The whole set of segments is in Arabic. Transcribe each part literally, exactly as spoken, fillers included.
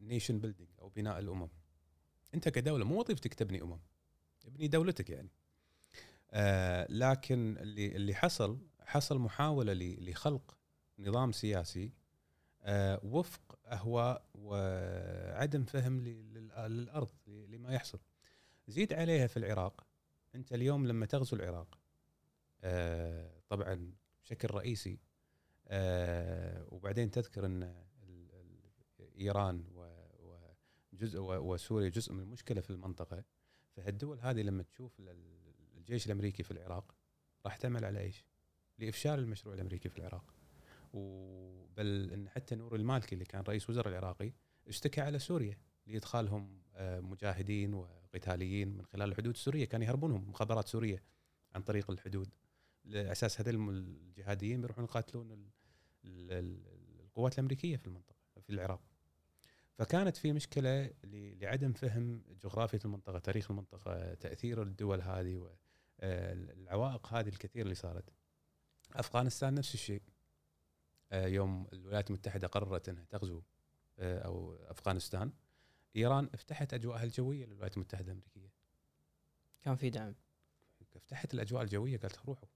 نيشن بيلدينج او بناء الامم. انت كدوله مو وظيفتك تبني امم، ابني دولتك يعني. آه لكن اللي اللي حصل حصل محاوله لخلق نظام سياسي آه وفق اهواء وعدم فهم للارض لما يحصل. زيد عليها في العراق، انت اليوم لما تغزو العراق آه طبعا بشكل رئيسي آه وبعدين تذكر ان ايران وجزء وسوريا جزء من المشكله في المنطقه، فهالدول هذه لما تشوف الجيش الامريكي في العراق راح تعمل على ايش؟ لافشال المشروع الامريكي في العراق. وبل ان حتى نور المالكي اللي كان رئيس وزراء العراقي اشتكى على سوريا لادخالهم مجاهدين وقتاليين من خلال الحدود السوريه، كان يهربونهم مخابرات سوريه عن طريق الحدود، لاساس هذول الجهاديين بيروحون يقاتلون القوات الامريكيه في المنطقه في العراق. فكانت في مشكله لعدم فهم جغرافيه المنطقه، تاريخ المنطقه، تاثير الدول هذه والعوائق هذه الكثير اللي صارت. افغانستان نفس الشيء، يوم الولايات المتحده قررت انها تغزو او افغانستان، ايران افتحت اجواءها الجويه للولايات المتحده الامريكيه، كان في دعم، فتحت الاجواء الجويه، قالت روحوا.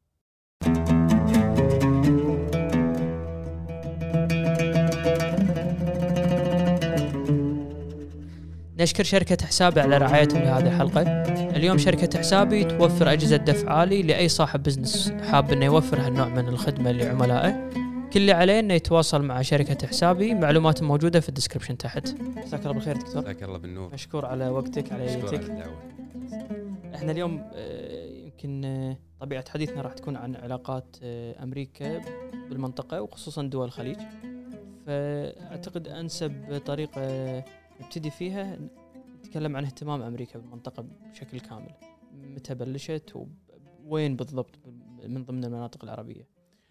نشكر شركة حسابي على رعايتهم لهذه الحلقة. اليوم شركة حسابي توفر أجهزة دفع عالي لأي صاحب بزنس حاب إنه يوفر هالنوع من الخدمة لعملائه. كل اللي عليه إنه يتواصل مع شركة حسابي، معلومات موجودة في الديسكربشن تحت. جزاك الله بالخير دكتور. جزاك الله بالنور. مشكور على وقتك، على يدك. الدعوة. احنا اليوم يمكن طبيعة حديثنا راح تكون عن علاقات أمريكا بالمنطقة وخصوصا دول الخليج، فأعتقد أنسب طريقة نبتدي فيها نتكلم عن اهتمام أمريكا بالمنطقة بشكل كامل. متى بلشت ووين بالضبط من ضمن المناطق العربية؟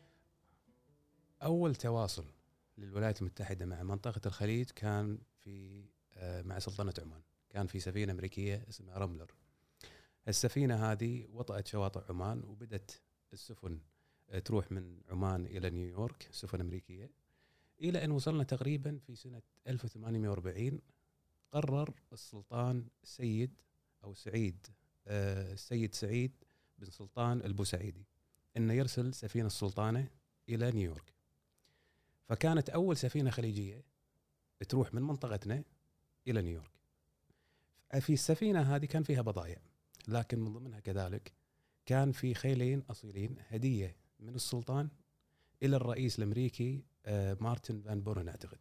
أول تواصل للولايات المتحدة مع منطقة الخليج كان في مع سلطنة عمان، كان في سفينة أمريكية اسمها رملر. السفينة هذه وطأت شواطئ عمان وبدت السفن تروح من عمان إلى نيويورك، سفن أمريكية، إلى أن وصلنا تقريبا في سنة ألف وثمانمائة وأربعين. قرر السلطان سيد أو سعيد آه السيد سعيد بن سلطان البوسعيدي أنه يرسل سفينة السلطانة إلى نيويورك. فكانت أول سفينة خليجية تروح من منطقتنا إلى نيويورك. في السفينة هذه كان فيها بضائع، لكن من ضمنها كذلك كان في خيلين أصيلين هدية من السلطان إلى الرئيس الأمريكي آه مارتن فان بورن أعتقد.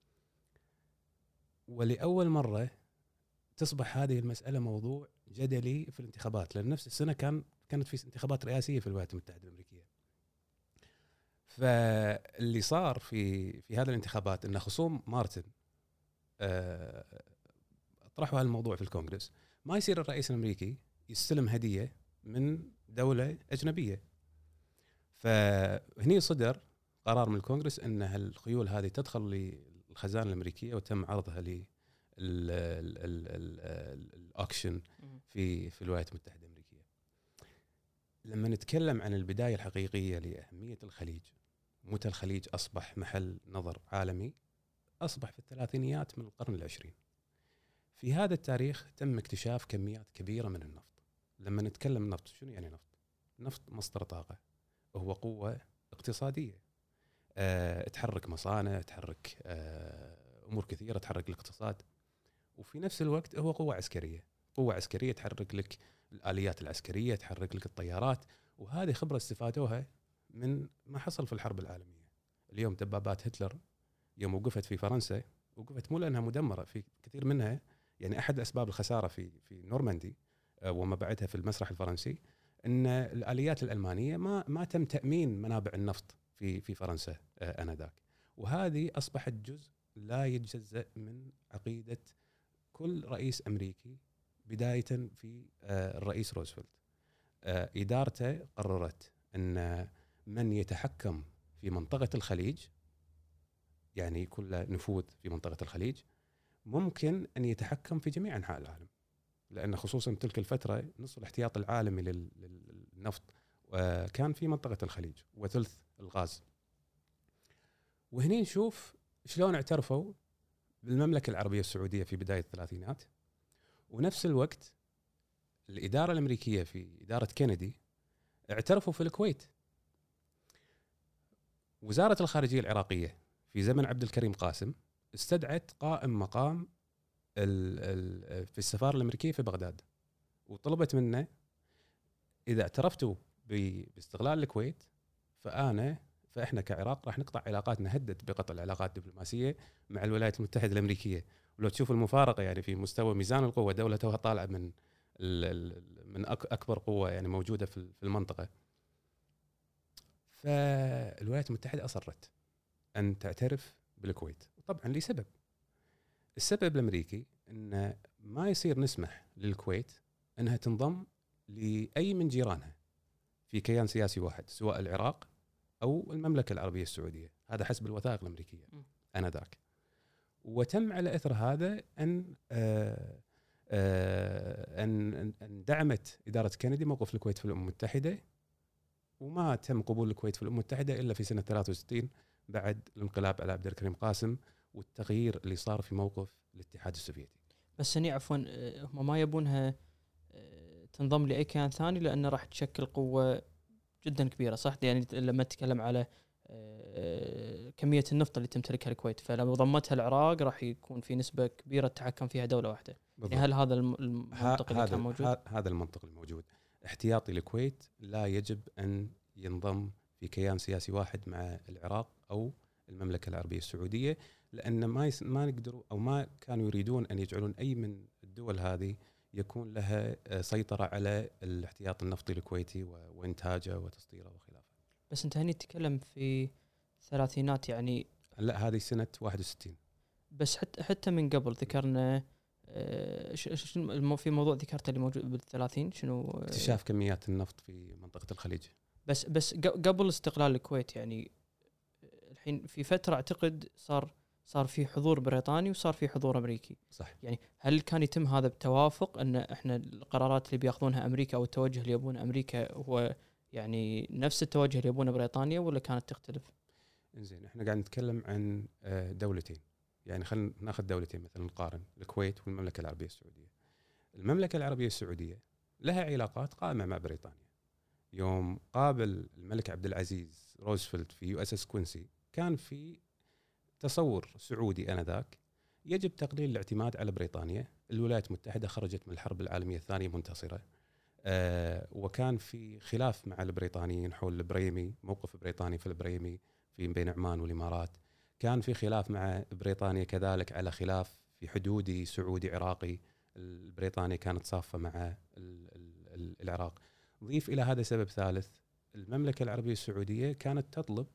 ولأول مرة تصبح هذه المسألة موضوع جدلي في الانتخابات، لأن نفس السنة كان كانت في انتخابات رئاسية في الولايات المتحدة الأمريكية. فاللي صار في في هذه الانتخابات أن خصوم مارتن آه طرحوا هالموضوع في الكونغرس، ما يصير الرئيس الأمريكي يستلم هدية من دولة أجنبية. فهني صدر قرار من الكونغرس أن هالخيول هذه تدخل للخزانة الأمريكية وتم عرضها للأكشن في في الولايات المتحدة الأمريكية. لما نتكلم عن البداية الحقيقية لأهمية الخليج، متى الخليج أصبح محل نظر عالمي، أصبح في الثلاثينيات من القرن العشرين. في هذا التاريخ تم اكتشاف كميات كبيرة من النفط. لما نتكلم النفط، شنو يعني نفط؟ نفط مصدر طاقة، وهو قوة اقتصادية، أه تحرك مصانع، تحرك أه أمور كثيرة، تحرك الاقتصاد. وفي نفس الوقت هو قوة عسكرية، قوة عسكرية تحرك لك الآليات العسكرية، تحرك لك الطيارات. وهذه خبرة استفادوها من ما حصل في الحرب العالمية. اليوم دبابات هتلر يوم وقفت في فرنسا، وقفت مو لأنها مدمرة، في كثير منها يعني أحد أسباب الخسارة في في نورماندي وما بعدها في المسرح الفرنسي أن الآليات الألمانية ما ما تم تأمين منابع النفط في في فرنسا آنذاك. وهذه أصبحت جزء لا يتجزأ من عقيدة كل رئيس أمريكي، بداية في الرئيس روزفلت. إدارته قررت أن من يتحكم في منطقة الخليج، يعني يكون له نفوذ في منطقة الخليج، ممكن أن يتحكم في جميع أنحاء العالم، لأن خصوصا تلك الفترة نصف الاحتياط العالمي للنفط كان في منطقة الخليج وثلث الغاز. وهنا نشوف شلون اعترفوا بالمملكة العربية السعودية في بداية الثلاثينات. ونفس الوقت الإدارة الأمريكية في إدارة كينيدي اعترفوا في الكويت. وزارة الخارجية العراقية في زمن عبد الكريم قاسم استدعت قائم مقام ال ال في السفارة الأمريكية في بغداد، وطلبت منه إذا اعترفتوا باستغلال الكويت فأنا فإحنا كعراق راح نقطع علاقات، نهدد بقطع العلاقات الدبلوماسية مع الولايات المتحدة الأمريكية. ولو تشوف المفارقة يعني في مستوى ميزان القوة، دولتها طالعة من من أكبر قوة يعني موجودة في المنطقة. فالولايات المتحدة أصرت أن تعترف بالكويت، طبعا لسبب. السبب الأمريكي أن ما يصير نسمح للكويت أنها تنضم لأي من جيرانها في كيان سياسي واحد، سواء العراق أو المملكة العربية السعودية. هذا حسب الوثائق الأمريكية آنذاك. وتم على أثر هذا أن آآ آآ أن أن دعمت إدارة كينيدي موقف الكويت في الأمم المتحدة، وما تم قبول الكويت في الأمم المتحدة إلا في سنة ثلاثة وستين بعد الانقلاب على عبد الكريم قاسم والتغيير اللي صار في موقف الاتحاد السوفيتي. بس هني عفوا هم ما يبونها تنضم لأي كيان ثاني لأنه راح تشكل قوة جدا كبيرة، صح؟ يعني لما نتكلم على كمية النفط اللي تمتلكها الكويت، فلو ضمتها العراق راح يكون في نسبة كبيرة تحكم فيها دولة واحدة. يعني هل هذا المنطق اللي كان موجود؟ هذا المنطق الموجود. احتياطي الكويت لا يجب أن ينضم في كيان سياسي واحد مع العراق أو المملكة العربية السعودية، لأن ما يس... ما نقدروا أو ما كانوا يريدون أن يجعلون أي من الدول هذه يكون لها سيطرة على الاحتياط النفطي الكويتي وإنتاجه وتصديره وخلافه. بس أنت هني تتكلم في الثلاثينات يعني. لا، هذه سنة واحد وستين. بس حتى حتى من قبل ذكرنا شنو في موضوع ذكرته اللي موجود بالثلاثين، شنو اكتشاف كميات النفط في منطقة الخليج. بس بس قبل استقلال الكويت يعني الحين في فترة أعتقد صار صار في حضور بريطاني وصار في حضور أمريكي. صح. يعني هل كان يتم هذا بتوافق أن إحنا القرارات اللي بياخذونها أمريكا أو التوجه اللي يبونه أمريكا هو يعني نفس التوجه اللي يبونه بريطانيا ولا كانت تختلف؟ إنزين، إحنا قاعد نتكلم عن دولتين، يعني خلينا ناخذ دولتين مثلا نقارن الكويت والمملكة العربية السعودية. المملكة العربية السعودية لها علاقات قائمة مع بريطانيا. يوم قابل الملك عبد العزيز روزفلت في يو اس اس كوينسي كان في تصور سعودي آنذاك يجب تقليل الاعتماد على بريطانيا. الولايات المتحدة خرجت من الحرب العالمية الثانية منتصرة، آه وكان في خلاف مع البريطانيين حول البريمي، موقف بريطاني في البريمي في بين عمان والإمارات. كان في خلاف مع بريطانيا كذلك على خلاف في حدودي سعودي عراقي، بريطانيا كانت صافة مع العراق. ضيف إلى هذا سبب ثالث، المملكة العربية السعودية كانت تطلب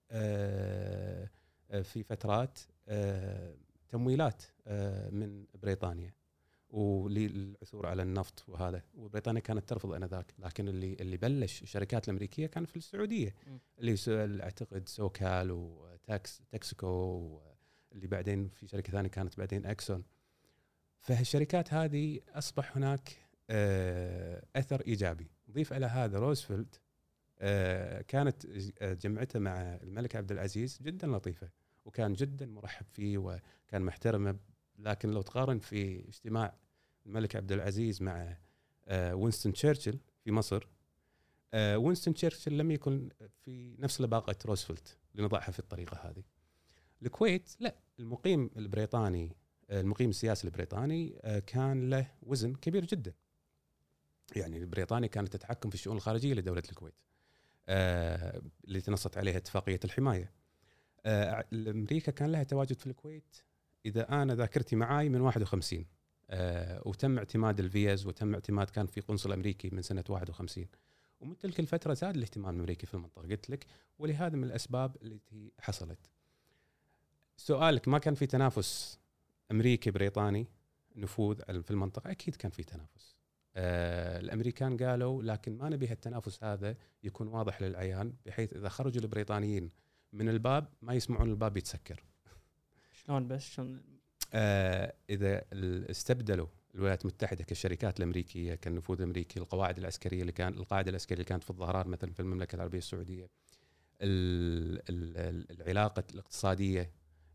في فترات تمويلات من بريطانيا وللعثور على النفط وهذا، وبريطانيا كانت ترفض آنذاك. لكن اللي اللي بلش الشركات الأمريكية كان في السعودية، اللي أعتقد سوكال وتاكس تاكسيكو، اللي بعدين في شركة ثانية كانت بعدين أكسون. فهالشركات هذه أصبح هناك أثر إيجابي. ضيف على هذا روزفلت كانت جمعته مع الملك عبد العزيز جدا لطيفة، وكان جدا مرحب فيه وكان محترمه. لكن لو تقارن في اجتماع الملك عبد العزيز مع وينستون تشرشل في مصر، وينستون تشرشل لم يكن في نفس لباقة روزفلت لنضعها في الطريقة هذه. الكويت لا، المقيم البريطاني المقيم السياسي البريطاني كان له وزن كبير جدا. يعني بريطانيا كانت تتحكم في الشؤون الخارجية لدولة الكويت اللي تنصت عليها اتفاقية الحماية. أمريكا كان لها تواجد في الكويت إذا أنا ذاكرتي معاي من واحد وخمسين، وتم اعتماد الفيز وتم اعتماد كان في قنصل أمريكي من سنة واحد وخمسين. ومن تلك الفترة زاد الاهتمام الأمريكي في المنطقة قلت لك، ولهذا من الأسباب التي حصلت. سؤالك ما كان في تنافس أمريكي بريطاني نفوذ في المنطقة؟ أكيد كان في تنافس. آه الأمريكان قالوا لكن ما نبي هالتنافس هذا يكون واضح للعيان، بحيث إذا خرجوا البريطانيين من الباب ما يسمعون الباب يتسكر. شلون بس شلون؟ آه إذا استبدلوا الولايات المتحدة كالشركات الأمريكية كالنفوذ الأمريكي، القواعد العسكرية اللي كان القاعدة العسكرية اللي كانت في الظهران مثلا في المملكة العربية السعودية، العلاقة الاقتصادية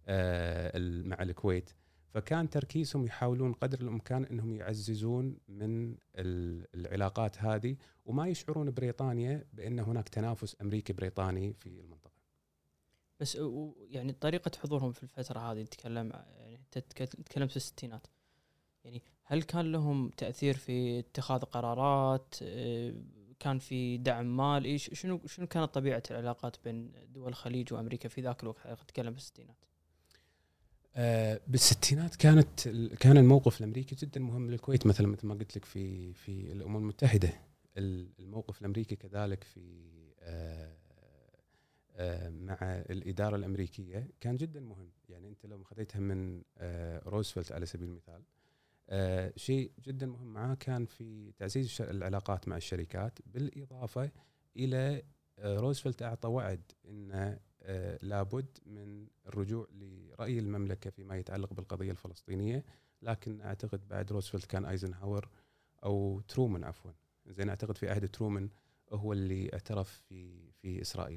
مع الكويت. فكان تركيزهم يحاولون قدر الامكان انهم يعززون من العلاقات هذه وما يشعرون بريطانيا بان هناك تنافس امريكي بريطاني في المنطقه. بس يعني طريقه حضورهم في الفتره هذه نتكلم يعني تتكلم في الستينات، يعني هل كان لهم تاثير في اتخاذ قرارات؟ كان في دعم مالي؟ شنو شنو كانت طبيعه العلاقات بين دول الخليج وامريكا في ذاك الوقت؟ نتكلم في الستينات. آه بالستينات كانت كان الموقف الامريكي جدا مهم للكويت، مثلا مثل ما قلت لك في في الامم المتحده. الموقف الامريكي كذلك في آه آه مع الاداره الامريكيه كان جدا مهم. يعني انت لو خذيتها من آه روزفلت على سبيل المثال، آه شيء جدا مهم معاه كان في تعزيز العلاقات مع الشركات، بالاضافه الى آه روزفلت اعطى وعد ان آه لابد من الرجوع لرأي المملكة فيما يتعلق بالقضية الفلسطينية. لكن أعتقد بعد روزفلت كان أيزنهاور أو ترومان عفوا زين أعتقد في عهد ترومان هو اللي اعترف في في إسرائيل.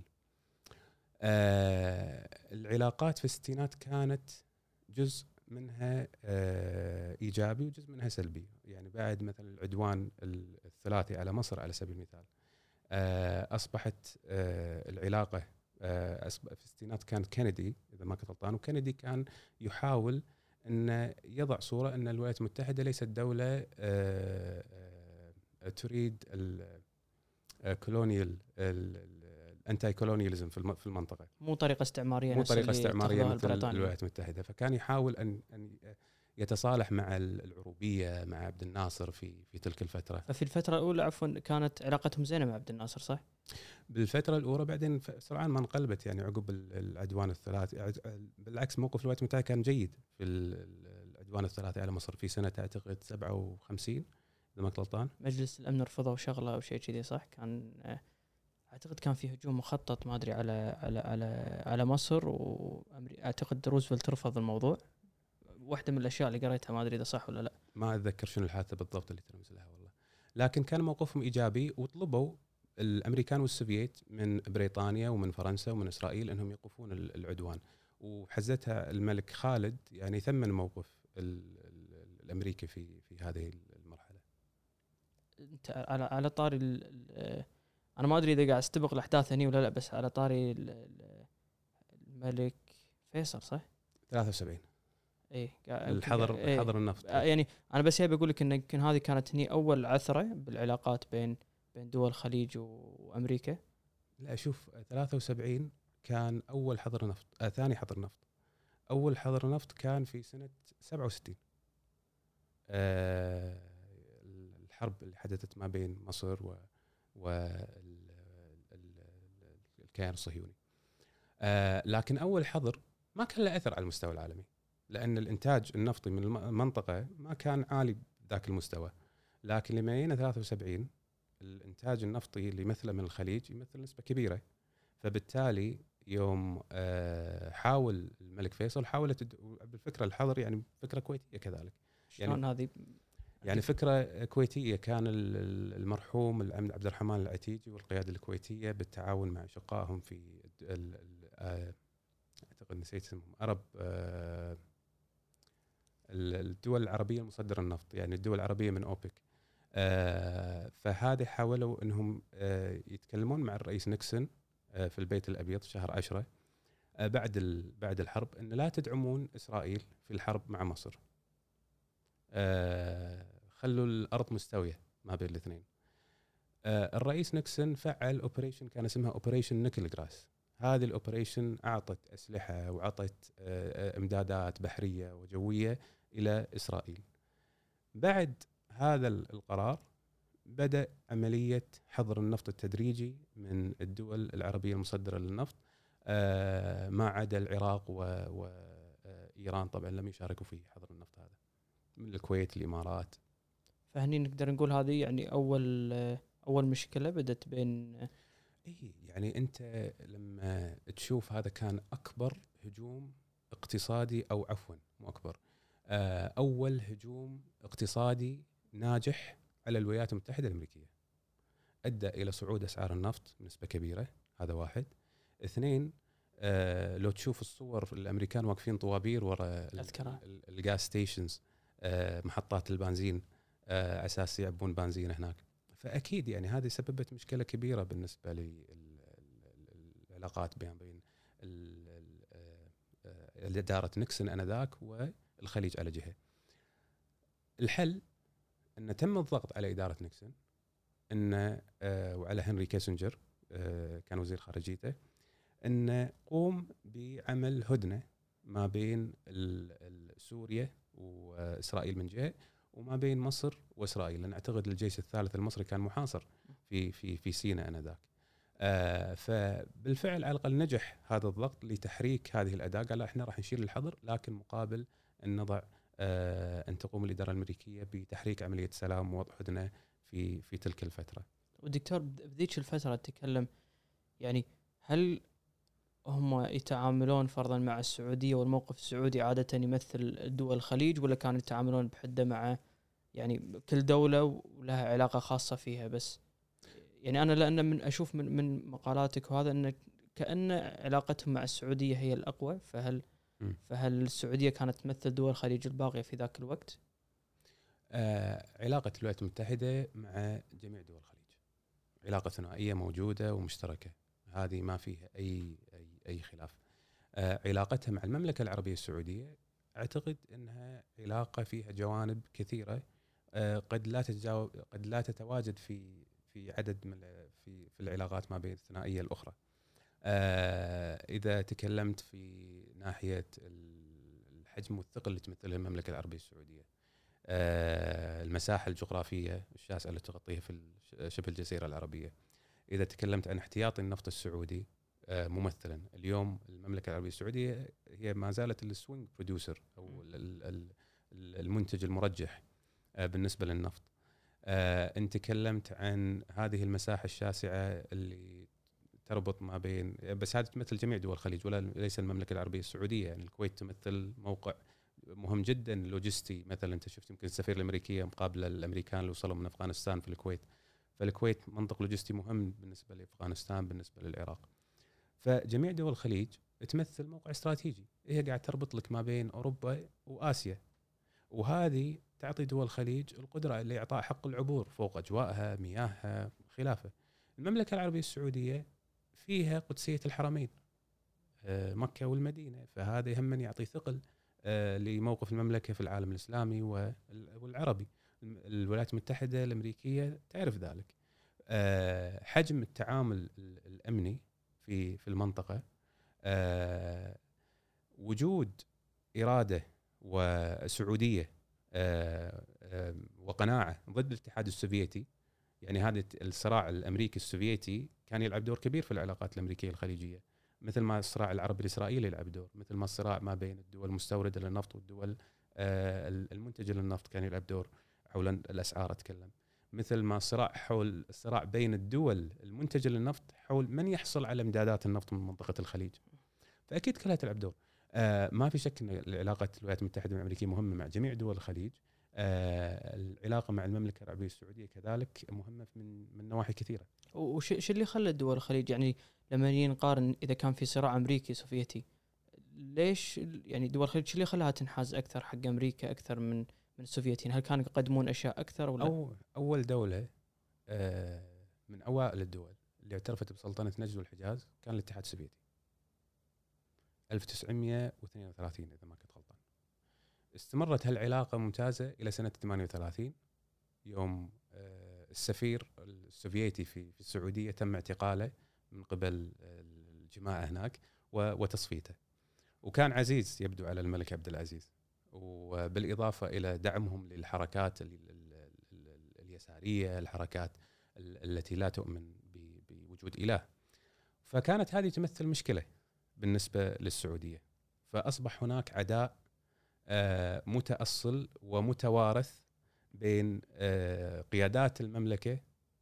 آه العلاقات في الستينات كانت جزء منها آه إيجابي وجزء منها سلبي. يعني بعد مثلا العدوان الثلاثي على مصر على سبيل المثال، آه أصبحت آه العلاقة في الستينات كان كينيدي إذا ما كنت غلطان، وكينيدي كان يحاول أن يضع صورة أن الولايات المتحدة ليست دولة تريد الكولونيال الانتي كولونياليزم في المنطقة، مو طريقة استعمارية مو طريقة استعمارية مثل البريطانية. الولايات المتحدة. فكان يحاول أن أن يتصالح مع العروبية مع عبد الناصر في في تلك الفترة. ففي الفترة الأولى عفوا كانت علاقتهم زينة مع عبد الناصر صح؟ بالفترة الأولى، بعدين سرعان ما انقلبت يعني عقب العدوان الثلاثي. بالعكس موقف الولايات المتحدة كان جيد في العدوان الثلاثي على مصر في سنة أعتقد سبعة وخمسين إذا ما كنت غلطان. مجلس الأمن رفضوا شغلة أو شيء كذي صح؟ كان أعتقد كان في هجوم مخطط ما أدري على على على على مصر، وأعتقد روزفلت رفض الموضوع. واحدة من الأشياء اللي قريتها ما أدري إذا صح ولا لا، ما أتذكر شنو الحادثة بالضبط اللي ترمز لها والله. لكن كان موقفهم إيجابي، وطلبوا الأمريكان والسوفييت من بريطانيا ومن فرنسا ومن إسرائيل أنهم يوقفون العدوان، وحزتها الملك خالد يعني ثمن موقف الأمريكي في في هذه المرحلة. أنت على على طاري أنا ما أدري إذا قاعد استبق الأحداث هني ولا لا، بس على طاري الملك فيصل صح؟ ثلاثة وسبعين ايه الحظر إيه الحظر النفط. يعني انا بس يبي اقول لك ان يمكن هذه كانت هني اول عثره بالعلاقات بين بين دول الخليج وامريكا. لا شوف، ثلاثة وسبعين كان اول حظر نفط، آه ثاني حظر نفط. اول حظر نفط كان في سنه سبعة وستين، آه الحرب اللي حدثت ما بين مصر و والكيان الصهيوني. آه لكن اول حظر ما كان له اثر على المستوى العالمي، لأن الإنتاج النفطي من المنطقة ما كان عالي ذاك المستوى. لكن لما جينا ثلاثة وسبعين الإنتاج النفطي اللي مثله من الخليج يمثل نسبة كبيرة. فبالتالي يوم حاول الملك فيصل حاولت بالفكرة الحظر، يعني فكرة كويتية كذلك. يعني هذه يعني فكرة كويتية، كان المرحوم العميد عبد الرحمن العتيجي والقيادة الكويتية بالتعاون مع أشقائهم في أعتقد نسيت اسمهم عرب الدول العربية المصدرة النفط، يعني الدول العربية من أوبك. فهذه حاولوا أنهم يتكلمون مع الرئيس نيكسون في البيت الأبيض شهر عشرة بعد بعد الحرب أن لا تدعمون إسرائيل في الحرب مع مصر، خلوا الأرض مستوية ما بين الاثنين. الرئيس نيكسون فعل أوبريشن كان اسمها أوبريشن نيكل جراس. هذه الأوبريشن أعطت أسلحة وعطت إمدادات بحرية وجوية إلى إسرائيل. بعد هذا القرار بدأ عملية حظر النفط التدريجي من الدول العربية المصدرة للنفط، ما عدا العراق وإيران طبعا لم يشاركوا في حظر النفط هذا، من الكويت الإمارات. فهني نقدر نقول هذه يعني أول أول مشكلة بدت بين إيه يعني أنت لما تشوف هذا كان أكبر هجوم اقتصادي، أو عفوا مو أكبر، أول هجوم اقتصادي ناجح على الولايات المتحدة الأمريكية، أدى إلى صعود أسعار النفط بنسبة كبيرة. هذا واحد. اثنين، آه لو تشوف الصور الامريكان واقفين طوابير ورا الجاس ستيشنز، آه محطات البنزين، آه على اساس يعبون بنزين هناك. فاكيد يعني هذه سببت مشكله كبيره بالنسبه للعلاقات بين بين اداره نيكسون انذاك والخليج على جهه. الحل ان تم الضغط على اداره نيكسون ان آه وعلى هنري كيسنجر آه كان وزير خارجيته، ان قوم بعمل هدنه ما بين سوريا واسرائيل من جهه، وما بين مصر واسرائيل، لان اعتقد الجيش الثالث المصري كان محاصر في في في سيناء انذاك. آه فبالفعل على الاقل نجح هذا الضغط لتحريك هذه الاداء، قال احنا راح نشيل الحظر، لكن مقابل ان نضع آه ان تقوم الاداره الامريكيه بتحريك عمليه سلام ووضع هدنه في في تلك الفتره. ودكتور بذيك الفتره تتكلم يعني هل هم يتعاملون فرضا مع السعوديه والموقف السعودي عاده يمثل دول الخليج، ولا كانوا يتعاملون بحده مع يعني كل دوله ولها علاقه خاصه فيها؟ بس يعني انا لان من اشوف من من مقالاتك وهذا ان كأن علاقتهم مع السعوديه هي الاقوى، فهل م. فهل السعوديه كانت تمثل دول الخليج الباقيه في ذاك الوقت؟ آه علاقه الولايات المتحده مع جميع دول الخليج علاقه ثنائيه موجوده ومشتركه، هذه ما فيها اي اي اي خلاف. آه علاقتها مع المملكه العربيه السعوديه اعتقد انها علاقه فيها جوانب كثيره آه قد لا تتجاوب قد لا تتواجد في في عدد من في في العلاقات ما بين الثنائيه الاخرى. آه اذا تكلمت في ناحيه الحجم والثقل اللي تمثلها المملكه العربيه السعوديه، آه المساحه الجغرافيه الشاسعه اللي تغطيها في شبه الجزيره العربيه، اذا تكلمت عن احتياطي النفط السعودي آه ممثلا اليوم المملكه العربيه السعوديه هي ما زالت السوينج بروديوسر او المنتج المرجح آه بالنسبه للنفط. آه ان تكلمت عن هذه المساحه الشاسعه اللي تربط ما بين، بس هذه تمثل جميع دول الخليج ولا ليس المملكه العربيه السعوديه، يعني الكويت تمثل موقع مهم جدا لوجستي، مثلا انت شفت يمكن السفير الامريكيه مقابله الامريكان اللي وصلوا من افغانستان في الكويت، فالكويت منطق لوجستي مهم بالنسبه لافغانستان بالنسبه للعراق. فجميع دول الخليج تمثل موقع استراتيجي، هي قاعد تربط لك ما بين اوروبا واسيا، وهذه تعطي دول الخليج القدره لاعطاء حق العبور فوق اجوائها مياهها خلافه. المملكه العربيه السعوديه فيها قدسيه الحرمين مكه والمدينه، فهذا يهم من يعطي ثقل لموقف المملكه في العالم الاسلامي والعربي. الولايات المتحده الامريكيه تعرف ذلك. حجم التعامل الامني في في المنطقه، وجود اراده وسعوديه وقناعه ضد الاتحاد السوفيتي، يعني هذا الصراع الامريكي السوفيتي كان يلعب دور كبير في العلاقات الامريكيه الخليجيه، مثل ما الصراع العربي الاسرائيلي يلعب دور، مثل ما الصراع ما بين الدول المستورده للنفط والدول المنتجه للنفط كان يلعب دور حول الاسعار، اتكلم مثل ما الصراع حول الصراع بين الدول المنتجه للنفط حول من يحصل على امدادات النفط من منطقه الخليج. فاكيد كلها تلعب دور. آه ما في شك ان علاقه الولايات المتحده الامريكيه مهمه مع جميع دول الخليج. آه العلاقه مع المملكه العربيه السعوديه كذلك مهمه من من نواحي كثيره. وش شو اللي خلى دول الخليج يعني لما نيجي نقارن اذا كان في صراع امريكي سوفيتي، ليش يعني دول الخليج شو اللي خلاها تنحاز اكثر حق امريكا اكثر من من السوفيتيين؟ هل كانوا يقدمون اشياء اكثر ولا؟ أو اول دوله آه من اوائل الدول اللي اعترفت بسلطنه نجد والحجاز كان الاتحاد السوفيتي ألف وتسعمئة واثنين وثلاثين اذا ما كنت غلطان. استمرت هالعلاقه ممتازه الى سنه ثمانية وثلاثين يوم آه السفير السوفيتي في في السعوديه تم اعتقاله من قبل الجماعه هناك وتصفيته، وكان عزيز يبدو على الملك عبد العزيز، وبالاضافه الى دعمهم للحركات اليساريه، الحركات التي لا تؤمن بوجود اله. فكانت هذه تمثل مشكله بالنسبه للسعوديه، فاصبح هناك عداء متأصل ومتوارث بين قيادات المملكه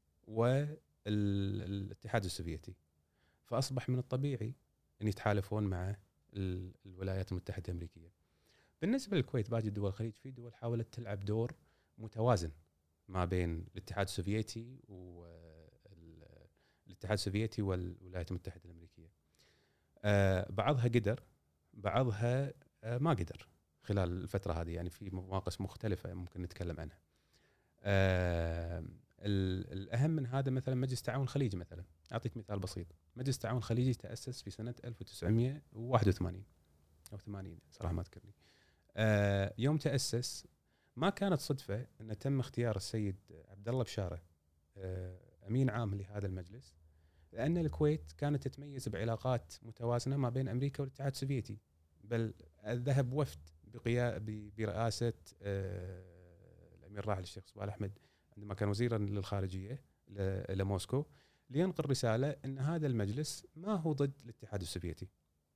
والاتحاد السوفيتي، فاصبح من الطبيعي ان يتحالفون مع الولايات المتحده الامريكيه. بالنسبه للكويت باقي دول الخليج، في دول حاولت تلعب دور متوازن ما بين الاتحاد السوفيتي والاتحاد السوفيتي والولايات المتحده الامريكيه. آه بعضها قدر، بعضها آه ما قدر خلال الفترة هذه، يعني في مواقف مختلفة ممكن نتكلم عنها. آه الأهم من هذا مثلا مجلس تعاون الخليجي، مثلا أعطيك مثال بسيط. مجلس تعاون الخليجي تأسس في سنة ألف وتسعمائة وواحد وثمانين أو ثمانين صراحة ما أذكرني. آه يوم تأسس ما كانت صدفة أن تم اختيار السيد عبد الله بشارة آه أمين عام لهذا المجلس، لأن الكويت كانت تتميز بعلاقات متوازنة ما بين أمريكا والاتحاد السوفيتي، بل ذهب وفد بقيا برئاسة الأمير الراحل الشيخ صباح أحمد عندما كان وزيرا للخارجية إلى موسكو لينقل رسالة أن هذا المجلس ما هو ضد الاتحاد السوفيتي.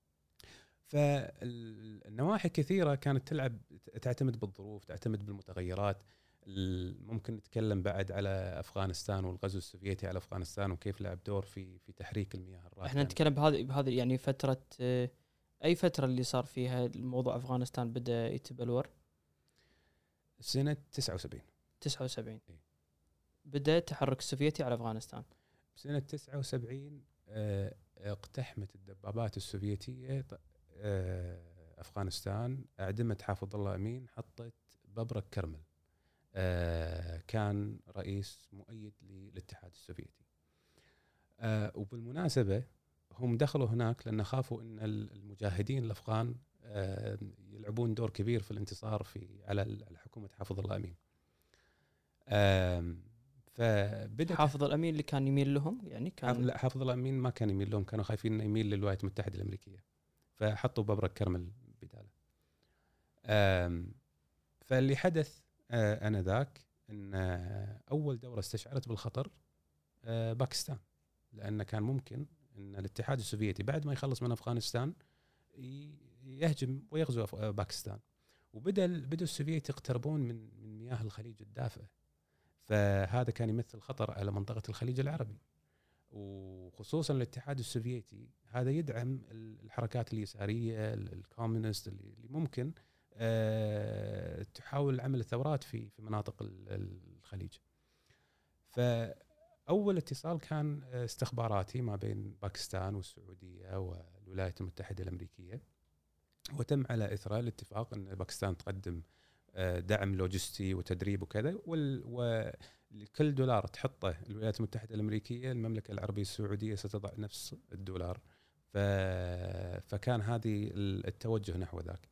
فالنواحي كثيرة كانت تلعب تعتمد بالظروف، تعتمد بالمتغيرات. ممكن نتكلم بعد على أفغانستان والغزو السوفيتي على أفغانستان وكيف لعب دور في في تحريك المياه الراكدة. احنا نتكلم بهذه بهذه يعني فترة أي فترة اللي صار فيها الموضوع أفغانستان بدأ يتبلور؟ سنة تسعة وسبعين تسعة وسبعين إيه؟ بدأ التحرك السوفيتي على أفغانستان. سنة تسعة وسبعين اه اقتحمت الدبابات السوفيتية اه أفغانستان، أعدمت حافظ الله أمين، حطت ببرك كرمل اه كان رئيس مؤيد للاتحاد السوفيتي. اه وبالمناسبة هم دخلوا هناك لأن خافوا أن المجاهدين الأفغان اه يلعبون دور كبير في الانتصار في على حكومة حافظ الله أمين. فبدأ حافظ الأمين اللي كان يميل لهم، يعني كان لا حافظ الله أمين ما كان يميل لهم، كانوا خايفين إنه يميل للولايات المتحدة الأمريكية، فحطوا ببرك كرمل بداله. فاللي حدث أنا ذاك أن أول دورة استشعرت بالخطر باكستان، لأن كان ممكن أن الاتحاد السوفيتي بعد ما يخلص من أفغانستان يهجم ويغزو باكستان، وبدأ بدأ السوفيت يقتربون من من مياه الخليج الدافئة، فهذا كان يمثل خطر على منطقة الخليج العربي، وخصوصا الاتحاد السوفيتي هذا يدعم الحركات اليسارية الكومونست اللي ممكن أه تحاول عمل ثورات في في مناطق الخليج. فأول اتصال كان استخباراتي ما بين باكستان والسعودية والولايات المتحدة الأمريكية، وتم على إثر الاتفاق أن باكستان تقدم دعم لوجستي وتدريب وكذا، وكل دولار تحطه الولايات المتحدة الأمريكية المملكة العربية السعودية ستضع نفس الدولار. فكان هذه التوجه نحو ذاك.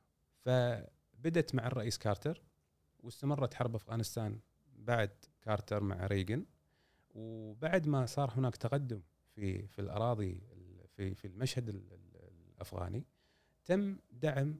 فبدت مع الرئيس كارتر، واستمرت حرب أفغانستان بعد كارتر مع ريغن، وبعد ما صار هناك تقدم في في الأراضي في في المشهد الأفغاني تم دعم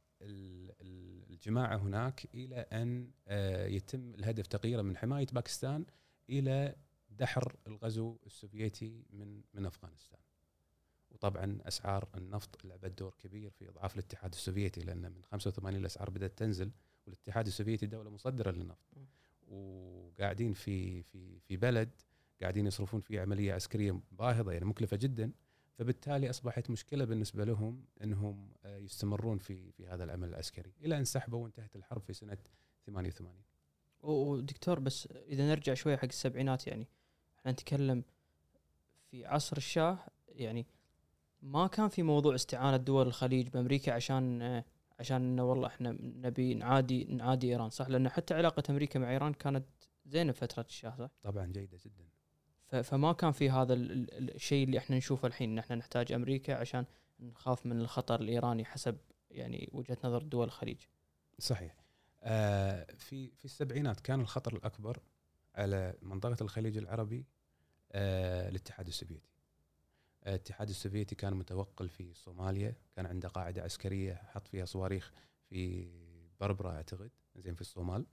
الجماعة هناك إلى أن يتم الهدف تغييره من حماية باكستان إلى دحر الغزو السوفيتي من من أفغانستان. وطبعا أسعار النفط لعبت دور كبير في إضعاف الاتحاد السوفيتي، لأن من خمسة وثمانين الأسعار بدأت تنزل، والاتحاد السوفيتي دولة مصدرة للنفط، وقاعدين في في في بلد قاعدين يصرفون فيه عملية عسكرية باهظة يعني مكلفة جدا، فبالتالي أصبحت مشكلة بالنسبة لهم أنهم يستمرون في في هذا العمل العسكري إلى أن سحبوا وانتهت الحرب في سنة ثمانية وثمانين. ودكتور بس إذا نرجع شوية حق السبعينات، يعني احنا نتكلم في عصر الشاه، يعني ما كان في موضوع استعانة دول الخليج بأمريكا عشان عشان إنه والله احنا نبي نعادي نعادي إيران، صح؟ لأن حتى علاقة أمريكا مع إيران كانت زينة فترة الشاه، صح؟ طبعا جيدة جدا. فما كان في هذا الشيء اللي احنا نشوفه الحين، ان احنا نحتاج امريكا عشان نخاف من الخطر الايراني حسب يعني وجهة نظر دول الخليج. صحيح. آه في في السبعينات كان الخطر الاكبر على منطقة الخليج العربي آه الاتحاد السوفيتي. آه الاتحاد السوفيتي كان متوقل في صوماليا، كان عنده قاعدة عسكرية حط فيها صواريخ في بربرة اعتقد زين في الصومال،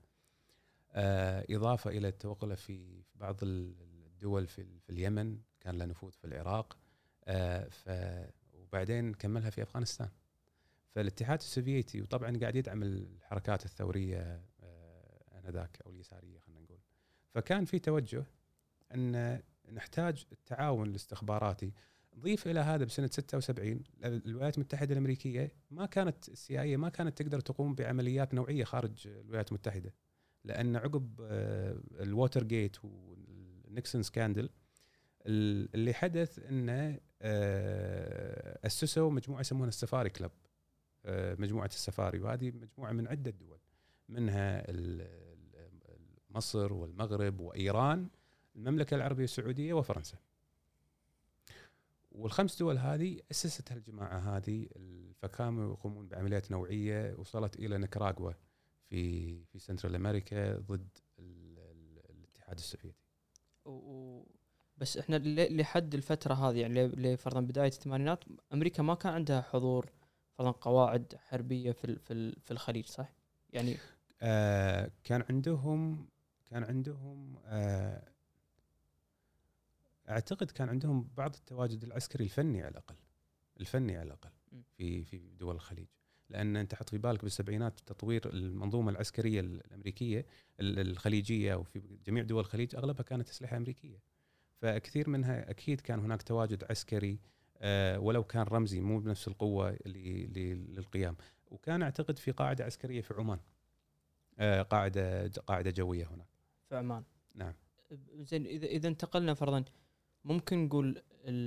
آه اضافة الى التوقل في بعض الدول في, في اليمن، كان له نفوذ في العراق، آه ف وبعدين كملها في أفغانستان. فالاتحاد السوفيتي وطبعا قاعد يدعم الحركات الثورية آه آنذاك أو اليسارية خلينا نقول، فكان في توجه أن نحتاج التعاون الاستخباراتي. ضيف إلى هذا بسنة ستة وسبعين الولايات المتحدة الأمريكية ما كانت السي آي إيه ما كانت تقدر تقوم بعمليات نوعية خارج الولايات المتحدة، لأن عقب آه الووتر جيت والنيكسون سكاندل اللي حدث أن أسسوا مجموعة يسمونها السفاري كلب، مجموعة السفاري، وهذه مجموعة من عدة دول، منها مصر والمغرب وإيران، المملكة العربية السعودية وفرنسا. والخمس دول هذه أسستها الجماعة هذه، فكانوا يقومون بعمليات نوعية وصلت إلى نيكاراغوا في في سنترال أمريكا ضد الاتحاد السوفيتي. و... بس احنا لحد الفترة هذه يعني لفرضا بداية الثمانينات أمريكا ما كان عندها حضور فرضا قواعد حربية في في في الخليج، صح؟ يعني آه كان عندهم كان عندهم آه اعتقد كان عندهم بعض التواجد العسكري الفني على الاقل، الفني على الاقل في في دول الخليج، لان انت حط في بالك بالسبعينات تطوير المنظومه العسكريه الامريكيه الخليجيه وفي جميع دول الخليج اغلبها كانت اسلحه امريكيه، فكثير منها اكيد كان هناك تواجد عسكري آه ولو كان رمزي مو بنفس القوه للقيام. وكان اعتقد في قاعده عسكريه في عمان، آه قاعده قاعده جويه هناك في عمان. نعم. زين اذا اذا انتقلنا فرضا ممكن نقول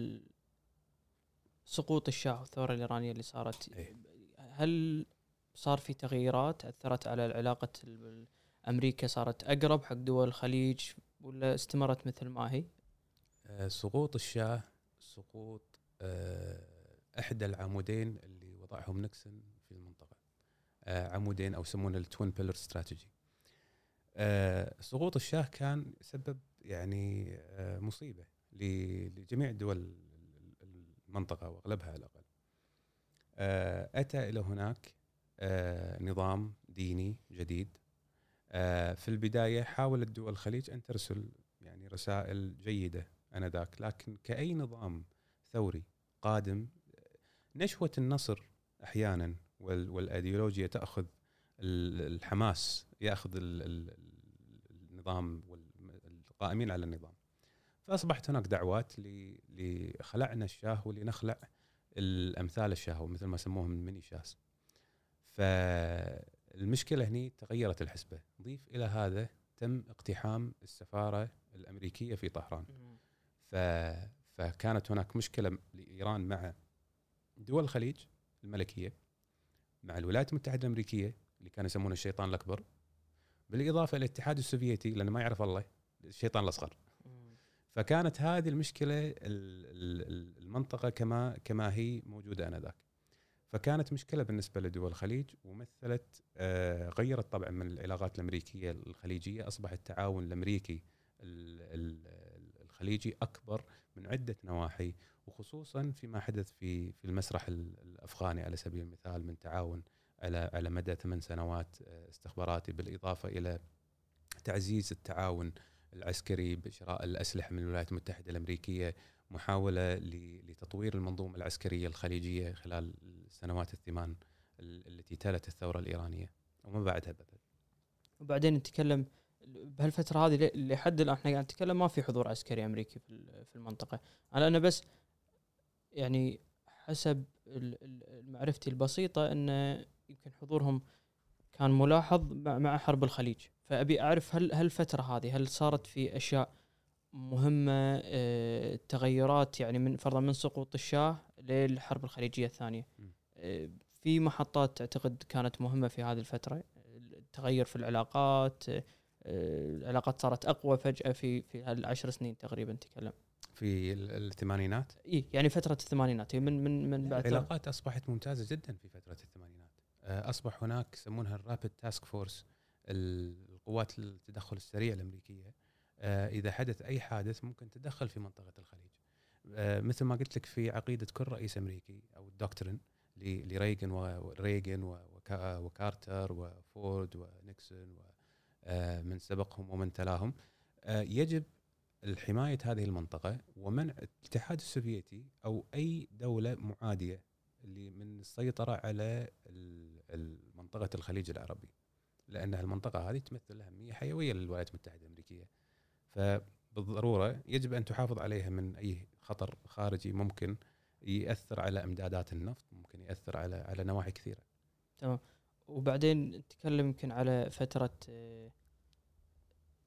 سقوط الشاه والثورة الإيرانية اللي صارت، إيه؟ هل صار في تغييرات أثرت على العلاقة أمريكا، صارت أقرب حق دول الخليج ولا استمرت مثل ما هي؟ آه سقوط الشاه، سقوط آه إحدى العمودين اللي وضعهم نيكسون في المنطقة، آه عمودين أو يسمونه التوين بيلر استراتيجي. آه سقوط الشاه كان سبب يعني آه مصيبة لجميع دول المنطقة وأغلبها على الأقل. آه أتى إلى هناك آه نظام ديني جديد. آه في البداية حاولت دول الخليج أن ترسل يعني رسائل جيدة آنذاك، لكن كأي نظام ثوري قادم نشوة النصر أحيانا والأيديولوجيا تأخذ الحماس، يأخذ النظام والقائمين على النظام. فأصبحت هناك دعوات لخلعنا الشاه ولنخلع الأمثال الشاه مثل ما سموهم الميني شاس. فالمشكلة هني تغيرت الحسبة. ضيف إلى هذا تم اقتحام السفارة الأمريكية في طهران، فكانت هناك مشكلة لإيران مع دول الخليج الملكية، مع الولايات المتحدة الأمريكية اللي كانوا يسمونه الشيطان الأكبر، بالإضافة إلى الاتحاد السوفيتي لأنه ما يعرف الله الشيطان الأصغر. فكانت هذه المشكلة المنطقة كما كما هي موجودة آنذاك. فكانت مشكلة بالنسبة لدول الخليج، ومثلت آه غيرت طبعا من العلاقات الأمريكية الخليجية. أصبح التعاون الأمريكي الخليجي أكبر من عدة نواحي، وخصوصا فيما حدث في في المسرح الأفغاني على سبيل المثال من تعاون على على مدى ثمان سنوات استخباراتي، بالإضافة إلى تعزيز التعاون العسكري بشراء الأسلحة من الولايات المتحدة الأمريكية، محاولة لتطوير المنظومة العسكرية الخليجية خلال السنوات الثمان التي تلت الثورة الإيرانية وما بعدها بدأ. وبعدين نتكلم بهالفترة هذه لحد الآن احنا قاعد نتكلم ما في حضور عسكري أمريكي في المنطقة. أنا أنا بس يعني حسب معرفتي البسيطة أن يمكن حضورهم كان ملاحظ مع حرب الخليج، فأبي أعرف هل هالفترة هذه هل صارت في أشياء مهمة اه تغيرات يعني من فرضا من سقوط الشاه للحرب الخليجية الثانية، اه في محطات تعتقد كانت مهمة في هذه الفترة، التغير في العلاقات، اه العلاقات صارت أقوى فجأة في في هالعشر سنين تقريبا تكلم في الثمانينات. إيه يعني فترة الثمانينات من من من بعد العلاقات أصبحت ممتازة جدا في فترة الثمانينات. أصبح هناك يسمونها الرابid تاسك فورس، القوات التدخل السريع الأمريكية. إذا حدث أي حادث ممكن تدخل في منطقة الخليج، مثل ما قلت لك في عقيدة كل رئيس أمريكي أو الدكتورين لريغن وريغن وكارتر وفورد ونيكسون ومن سبقهم ومن تلاهم، يجب الحماية هذه المنطقة ومنع الاتحاد السوفيتي أو أي دولة معادية اللي من السيطرة على منطقة الخليج العربي، لأن المنطقة هذه تمثل أهمية حيوية للولايات المتحدة الأمريكية. فبالضرورة يجب أن تحافظ عليها من أي خطر خارجي ممكن يأثر على إمدادات النفط، ممكن يأثر على على نواحي كثيرة. تمام. وبعدين نتكلم يمكن على فترة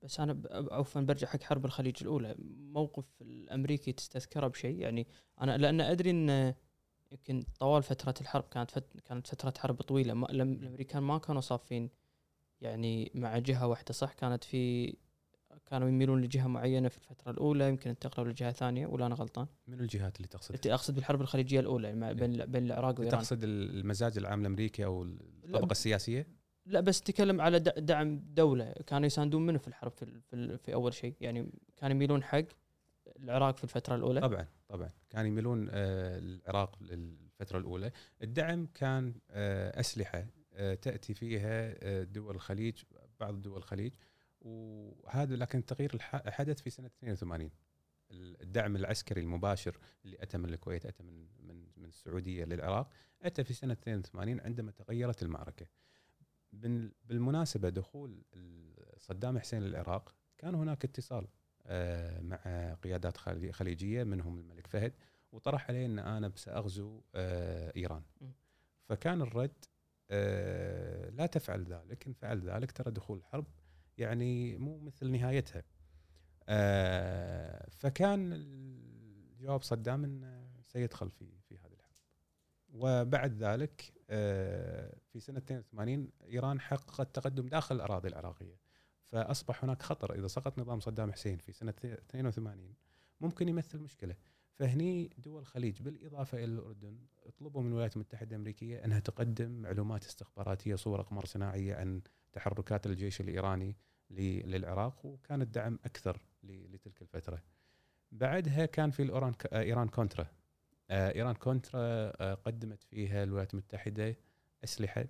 بس انا ب- عفوا برجع حق حرب الخليج الاولى، موقف الامريكي تستذكره بشيء يعني؟ انا لان ادري ان يمكن طوال فتره الحرب كانت فت... كانت فتره حرب طويله، ما... الأم- الامريكان ما كانوا صافين يعني مع جهه واحده، صح؟ كانت في كانوا يميلون لجهه معينه في الفتره الاولى، يمكن انتقلوا لجهه ثانيه، ولا انا غلطان؟ من الجهات اللي تقصد؟ أنت اقصد بالحرب الخليجيه الاولى مع- بين بين العراق وايران. تقصد المزاج العام الامريكي او الطبقه السياسيه؟ لا بس تكلم على د- دعم دوله، كانوا يساندون منه في الحرب في, ال- في, ال- في اول شيء يعني، كانوا يميلون حق العراق في الفتره الاولى. طبعا طبعا كانوا يميلون آه، العراق للفتره الاولى. الدعم كان آه، اسلحه آه، تاتي فيها آه، دول الخليج، بعض دول الخليج، وهذا لكن التغيير الح- حدث في سنه اثنين وثمانين. الدعم العسكري المباشر اللي اتى من الكويت، اتى من من من السعوديه للعراق، اتى في سنه اثنين وثمانين عندما تغيرت المعركه. بال- بالمناسبه دخول صدام حسين للعراق كان هناك اتصال آه، مع قيادات خلي- خليجيه منهم الملك فهد، وطرح عليه ان انا ساغزو آه، ايران. فكان الرد آه، لا تفعل ذلك، ان فعل ذلك ترى دخول الحرب يعني مو مثل نهايتها. آه، فكان الجواب صدام انه سيدخل في في هذه الحرب. وبعد ذلك آه، في سنه اثنين وثمانين ايران حققت تقدم داخل الاراضي العراقيه، فاصبح هناك خطر اذا سقط نظام صدام حسين في سنه اثنين وثمانين ممكن يمثل مشكله. فهني دول الخليج بالاضافه الى الاردن اطلبوا من الولايات المتحده الامريكيه انها تقدم معلومات استخباراتيه، صور اقمار صناعيه عن تحركات الجيش الايراني للعراق، وكان الدعم اكثر لتلك الفتره. بعدها كان في الأوران ايران كونترا. ايران كونترا قدمت فيها الولايات المتحده اسلحه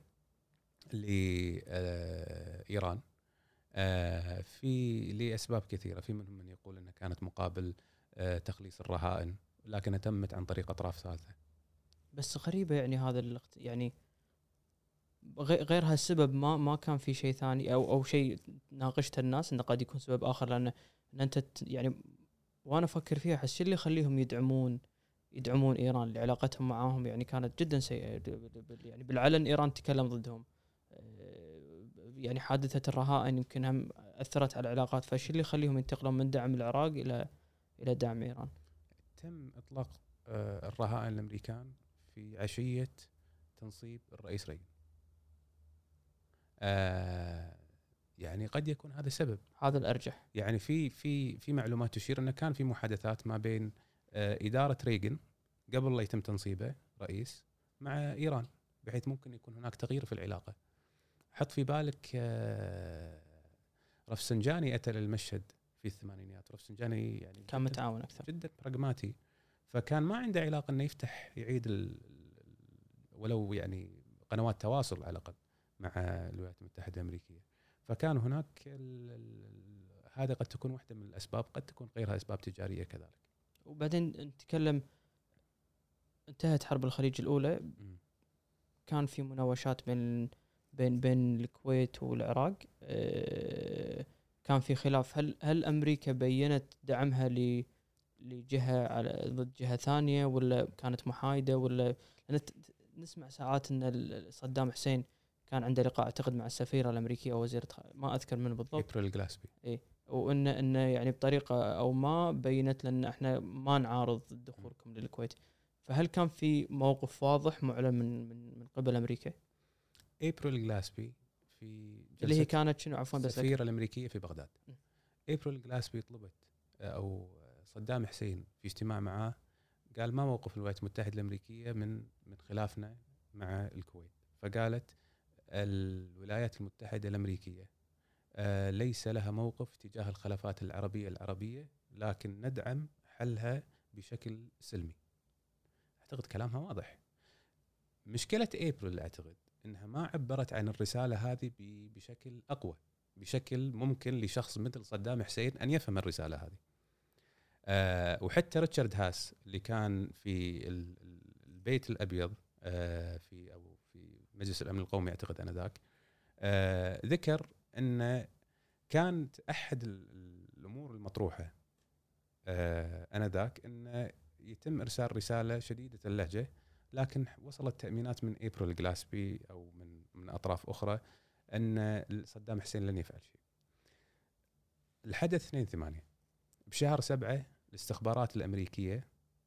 لايران في لاسباب كثيره، في منهم من يقول انها كانت مقابل تخليص الرهائن، لكنها تمت عن طريق اطراف ثالثه. بس غريبه يعني هذا الاخت... يعني غير هالسبب ما ما كان في شيء ثاني او او شيء ناقشته الناس انه قد يكون سبب اخر، لان ان انت يعني وانا افكر فيها احس اللي يخليهم يدعمون يدعمون ايران اللي علاقتهم معاهم يعني كانت جدا سيئه، يعني بالعلن ايران تكلم ضدهم، يعني حادثه الرهائن يمكن هم اثرت على العلاقات، فايش اللي يخليهم ينتقلون من دعم العراق الى الى دعم ايران؟ تم اطلاق الرهائن الامريكان في عشيه تنصيب الرئيس ريغان. آه يعني قد يكون هذا سبب، هذا الارجح. يعني في في في معلومات تشير انه كان في محادثات ما بين آه اداره ريغان قبل لا يتم تنصيبه رئيس مع ايران، بحيث ممكن يكون هناك تغيير في العلاقه. حط في بالك آه رفسنجاني اتى للمشهد في الثمانينات، رفسنجاني يعني كان متعاون اكثر، جدا براغماتي، فكان ما عنده علاقه انه يفتح يعيد ال ولو يعني قنوات تواصل على الاقل مع الولايات المتحده الامريكيه. فكان هناك هذا قد تكون واحده من الاسباب، قد تكون غيرها اسباب تجاريه كذلك. وبعدين نتكلم انتهت حرب الخليج الاولى، م. كان في مناوشات بين بين بين الكويت والعراق، أه كان في خلاف، هل هل امريكا بينت دعمها ل لجهه على ضد جهه ثانيه ولا كانت محايده؟ ولا نسمع ساعات ان صدام حسين كان عنده لقاء اعتقد مع السفيره الامريكيه او وزيره ما اذكر من بالضبط، ابريل جلاسبي، اي، وان انه يعني بطريقه او ما بينت لنا احنا ما نعارض دخولكم للكويت. فهل كان في موقف واضح معلن من من من قبل امريكا؟ ابريل جلاسبي في اللي هي كانت شنو عفوا بس السفيره الامريكيه في بغداد. ابريل جلاسبي طلبت او صدام حسين في اجتماع معاه قال ما موقف الولايات المتحده الامريكيه من من خلافنا مع الكويت؟ فقالت الولايات المتحده الامريكيه آه ليس لها موقف تجاه الخلافات العربيه العربيه، لكن ندعم حلها بشكل سلمي. اعتقد كلامها واضح. مشكله ابريل اعتقد انها ما عبرت عن الرساله هذه بشكل اقوى، بشكل ممكن لشخص مثل صدام حسين ان يفهم الرساله هذه. أه وحتى ريتشارد هاس اللي كان في البيت الابيض أه في او في مجلس الامن القومي اعتقد انذاك أه ذكر ان كانت احد الامور المطروحه أه انذاك ان يتم ارسال رساله شديده اللهجه، لكن وصلت تامينات من ابريل جلاسبي او من من اطراف اخرى ان صدام حسين لن يفعل شيء. الحدث اثنين ثمانية بشهر سبعة الاستخبارات الأمريكية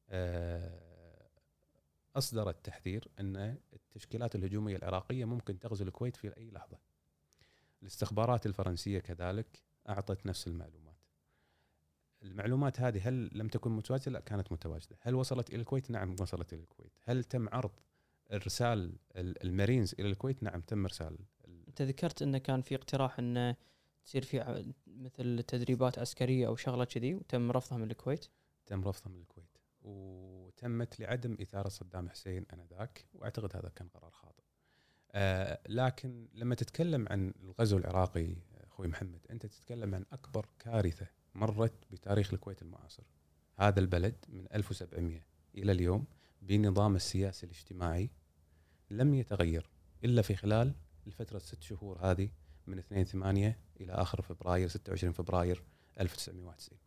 أصدرت تحذير أن التشكيلات الهجومية العراقية ممكن تغزو الكويت في أي لحظة. الاستخبارات الفرنسية كذلك أعطت نفس المعلومات. المعلومات هذه هل لم تكن متواجدة؟ لا، كانت متواجدة. هل وصلت إلى الكويت؟ نعم وصلت إلى الكويت. هل تم عرض إرسال المارينز إلى الكويت؟ نعم تم إرسال. أنت ذكرت أنه كان في اقتراح أنه تصير في مثل تدريبات عسكرية أو شغلة كذي وتم رفضها من الكويت. تم رفضها من الكويت وتمت لعدم إثارة صدام حسين آنذاك، وأعتقد هذا كان قرار خاطئ. آه لكن لما تتكلم عن الغزو العراقي أخوي محمد، أنت تتكلم عن أكبر كارثة مرت بتاريخ الكويت المعاصر. هذا البلد من ألف وسبعمائة إلى اليوم بنظام السياسي الاجتماعي لم يتغير إلا في خلال الفترة ست شهور هذه من اثنين ثمانية إلى آخر فبراير ستة وعشرين فبراير ألف وتسعمائة وواحد وتسعين.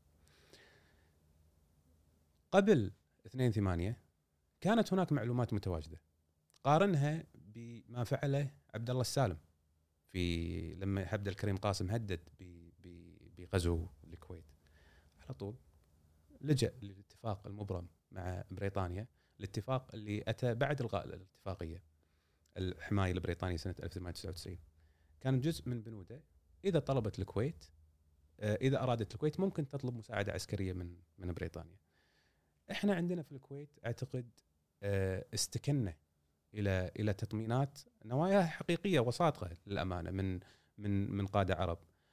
قبل اثنين ثمانية كانت هناك معلومات متواجدة. قارنها بما فعله عبد الله السالم في لما عبد الكريم قاسم هدد بغزو الكويت، على طول لجأ للاتفاق المبرم مع بريطانيا، الاتفاق اللي أتى بعد إلغاء الاتفاقية الحماية البريطانية سنة ألف وثمانمائة وتسعة وتسعين. كان جزء من بنوده إذا طلبت الكويت إذا أرادت الكويت ممكن تطلب مساعدة عسكرية من من بريطانيا. إحنا عندنا في الكويت أعتقد استكنا إلى إلى تطمينات نوايا حقيقية وصادقة للأمانة من من من قادة عرب.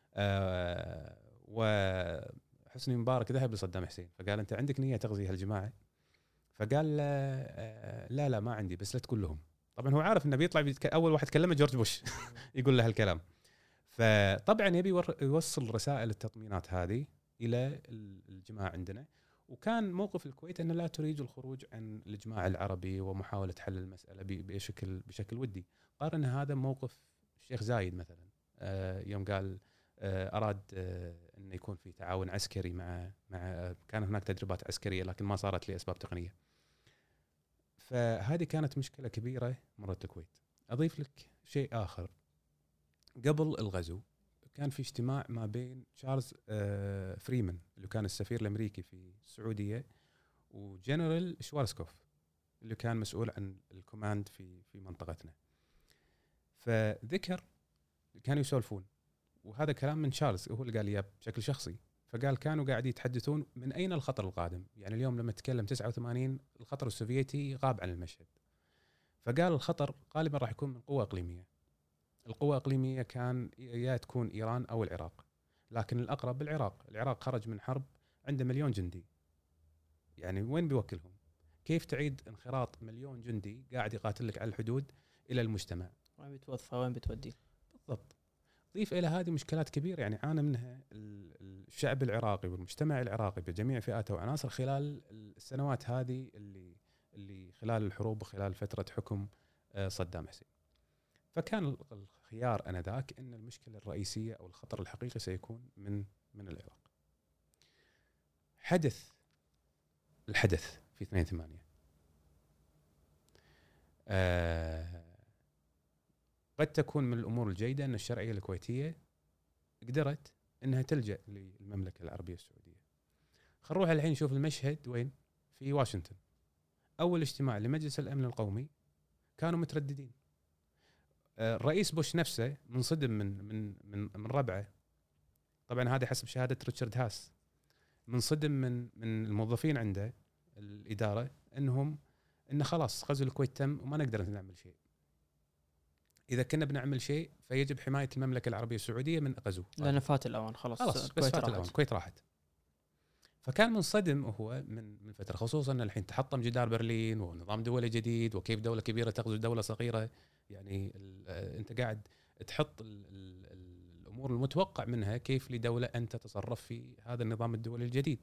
وحسني مبارك ذهب لصدام حسين فقال أنت عندك نية تغزي هالجماعة؟ فقال لا لا ما عندي، بس لا تقول لهم. طبعا هو عارف انه بيطلع بيتك... اول واحد كلمه جورج بوش يقول له هالكلام. فطبعا يبي يوصل رسائل التطمينات هذه الى الجماعه عندنا. وكان موقف الكويت ان لا تريد الخروج عن الاجماع العربي ومحاوله حل المساله بشكل بشكل ودي. قارن هذا موقف الشيخ زايد مثلا يوم قال اراد انه يكون في تعاون عسكري مع مع كان هناك تدريبات عسكريه لكن ما صارت لاسباب تقنيه. فهذه كانت مشكلة كبيرة مرت الكويت. أضيف لك شيء آخر. قبل الغزو كان في اجتماع ما بين تشارلز فريمان اللي كان السفير الأمريكي في السعودية وجنرال شوارسكوف اللي كان مسؤول عن الكوماند في في منطقتنا. فذكر كانوا يسولفون، وهذا كلام من تشارلز هو اللي قال لي بشكل شخصي. فقال كانوا قاعد يتحدثون من أين الخطر القادم. يعني اليوم لما تكلم تسعة وثمانين الخطر السوفيتي غاب عن المشهد. فقال الخطر غالبا راح يكون من قوة إقليمية. القوة الإقليمية كان يا تكون إيران أو العراق، لكن الأقرب العراق. العراق خرج من حرب عنده مليون جندي، يعني وين بيوكلهم؟ كيف تعيد انخراط مليون جندي قاعد يقاتلك على الحدود إلى المجتمع؟ وين بتوظفه وين بتوديه؟ بالضبط. ضيف إلى هذه مشكلات كبيرة يعني عانى منها الشعب العراقي والمجتمع العراقي بجميع فئاته وعناصر خلال السنوات هذه اللي اللي خلال الحروب وخلال فترة حكم صدام حسين. فكان الخيار آنذاك أن المشكلة الرئيسية أو الخطر الحقيقي سيكون من من العراق. حدث الحدث في اثنين ثمانية آه قد تكون من الأمور الجيدة أن الشرعية الكويتية قدرت أنها تلجأ للمملكة العربية السعودية. خلينا نروح الحين نشوف المشهد وين في واشنطن. أول اجتماع لمجلس الأمن القومي كانوا مترددين. الرئيس بوش نفسه منصدم من من من من ربعه. طبعا هذا حسب شهادة ريتشارد هاس. منصدم من من الموظفين عنده الإدارة أنهم إن خلاص غزو الكويت تم وما نقدر نعمل شيء. إذا كنا بنعمل شيء فيجب حماية المملكة العربية السعودية من غزو. لأن فات الأوان خلاص. خلاص بس فات الأوان الكويت راحت. فكان منصدم هو من من فترة، خصوصا أن الحين تحطم جدار برلين ونظام دولي جديد، وكيف دولة كبيرة تغزو دولة صغيرة. يعني أنت قاعد تحط ال ال الأمور المتوقع منها كيف لدولة أن تتصرف في هذا النظام الدولي الجديد.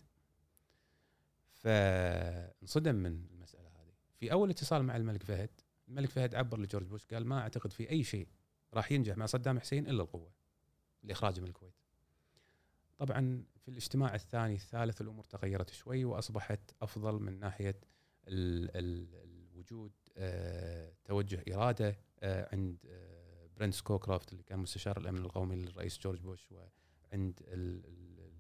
فانصدم من المسألة هذه. في أول اتصال مع الملك فهد، الملك فهد عبر لجورج بوش قال ما أعتقد في أي شيء راح ينجح مع صدام حسين إلا القوة لإخراجه من الكويت. طبعا في الاجتماع الثاني الثالث الأمور تغيرت شوي وأصبحت أفضل من ناحية ال ال الوجود آه توجه إرادة آه عند آه برنت سكوكرافت اللي كان مستشار الأمن القومي للرئيس جورج بوش، وعند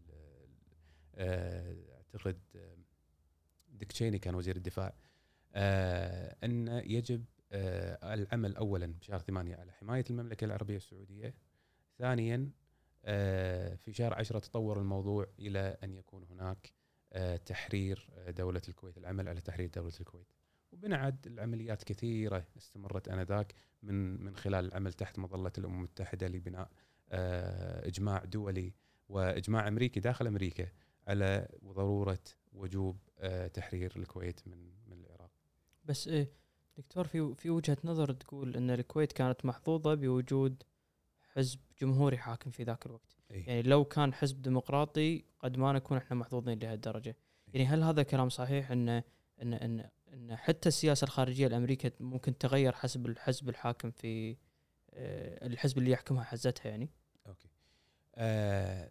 اعتقد ديك تشيني كان وزير الدفاع، ان يجب العمل اولا بشهر ثمانية على حمايه المملكه العربيه السعوديه، ثانيا في شهر عشرة تطور الموضوع الى ان يكون هناك تحرير دولة الكويت، العمل على تحرير دولة الكويت. وبنعد العمليات كثيرة استمرت آنذاك من من خلال العمل تحت مظلة الأمم المتحدة لبناء إجماع دولي وإجماع أمريكي داخل أمريكا على ضرورة وجوب تحرير الكويت من من العراق. بس إيه دكتور، في في وجهة نظر تقول أن الكويت كانت محظوظة بوجود حزب جمهوري حاكم في ذاك الوقت. أيه. يعني لو كان حزب ديمقراطي قد ما نكون احنا محظوظين لهالدرجة. أيه. يعني هل هذا كلام صحيح ان ان ان ان حتى السياسة الخارجية الأمريكية ممكن تغير حسب الحزب الحاكم في آه الحزب اللي يحكمها حزتها يعني؟ اوكي. آه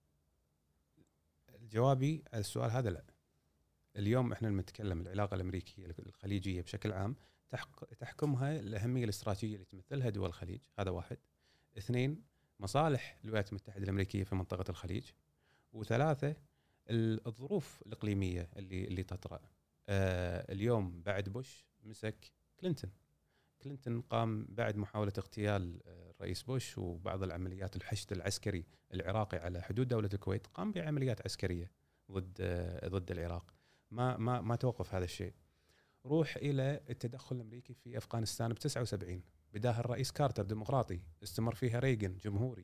جوابي على السؤال هذا لا. اليوم احنا نتكلم العلاقة الأمريكية الخليجية بشكل عام تحكمها الأهمية الاستراتيجية اللي تمثلها دول الخليج، هذا واحد. اثنين، مصالح الولايات المتحدة الأمريكية في منطقة الخليج. وثلاثة، الظروف الإقليمية اللي اللي تطرأ. آه اليوم بعد بوش مسك كلينتون. كلينتون قام بعد محاولة اغتيال الرئيس بوش وبعض العمليات الحشد العسكري العراقي على حدود دولة الكويت، قام بعمليات عسكرية ضد آه ضد العراق. ما ما ما توقف هذا الشيء. روح إلى التدخل الأمريكي في أفغانستان بتسعة وسبعين، بداها الرئيس كارتر ديمقراطي، استمر فيها ريغن جمهوري.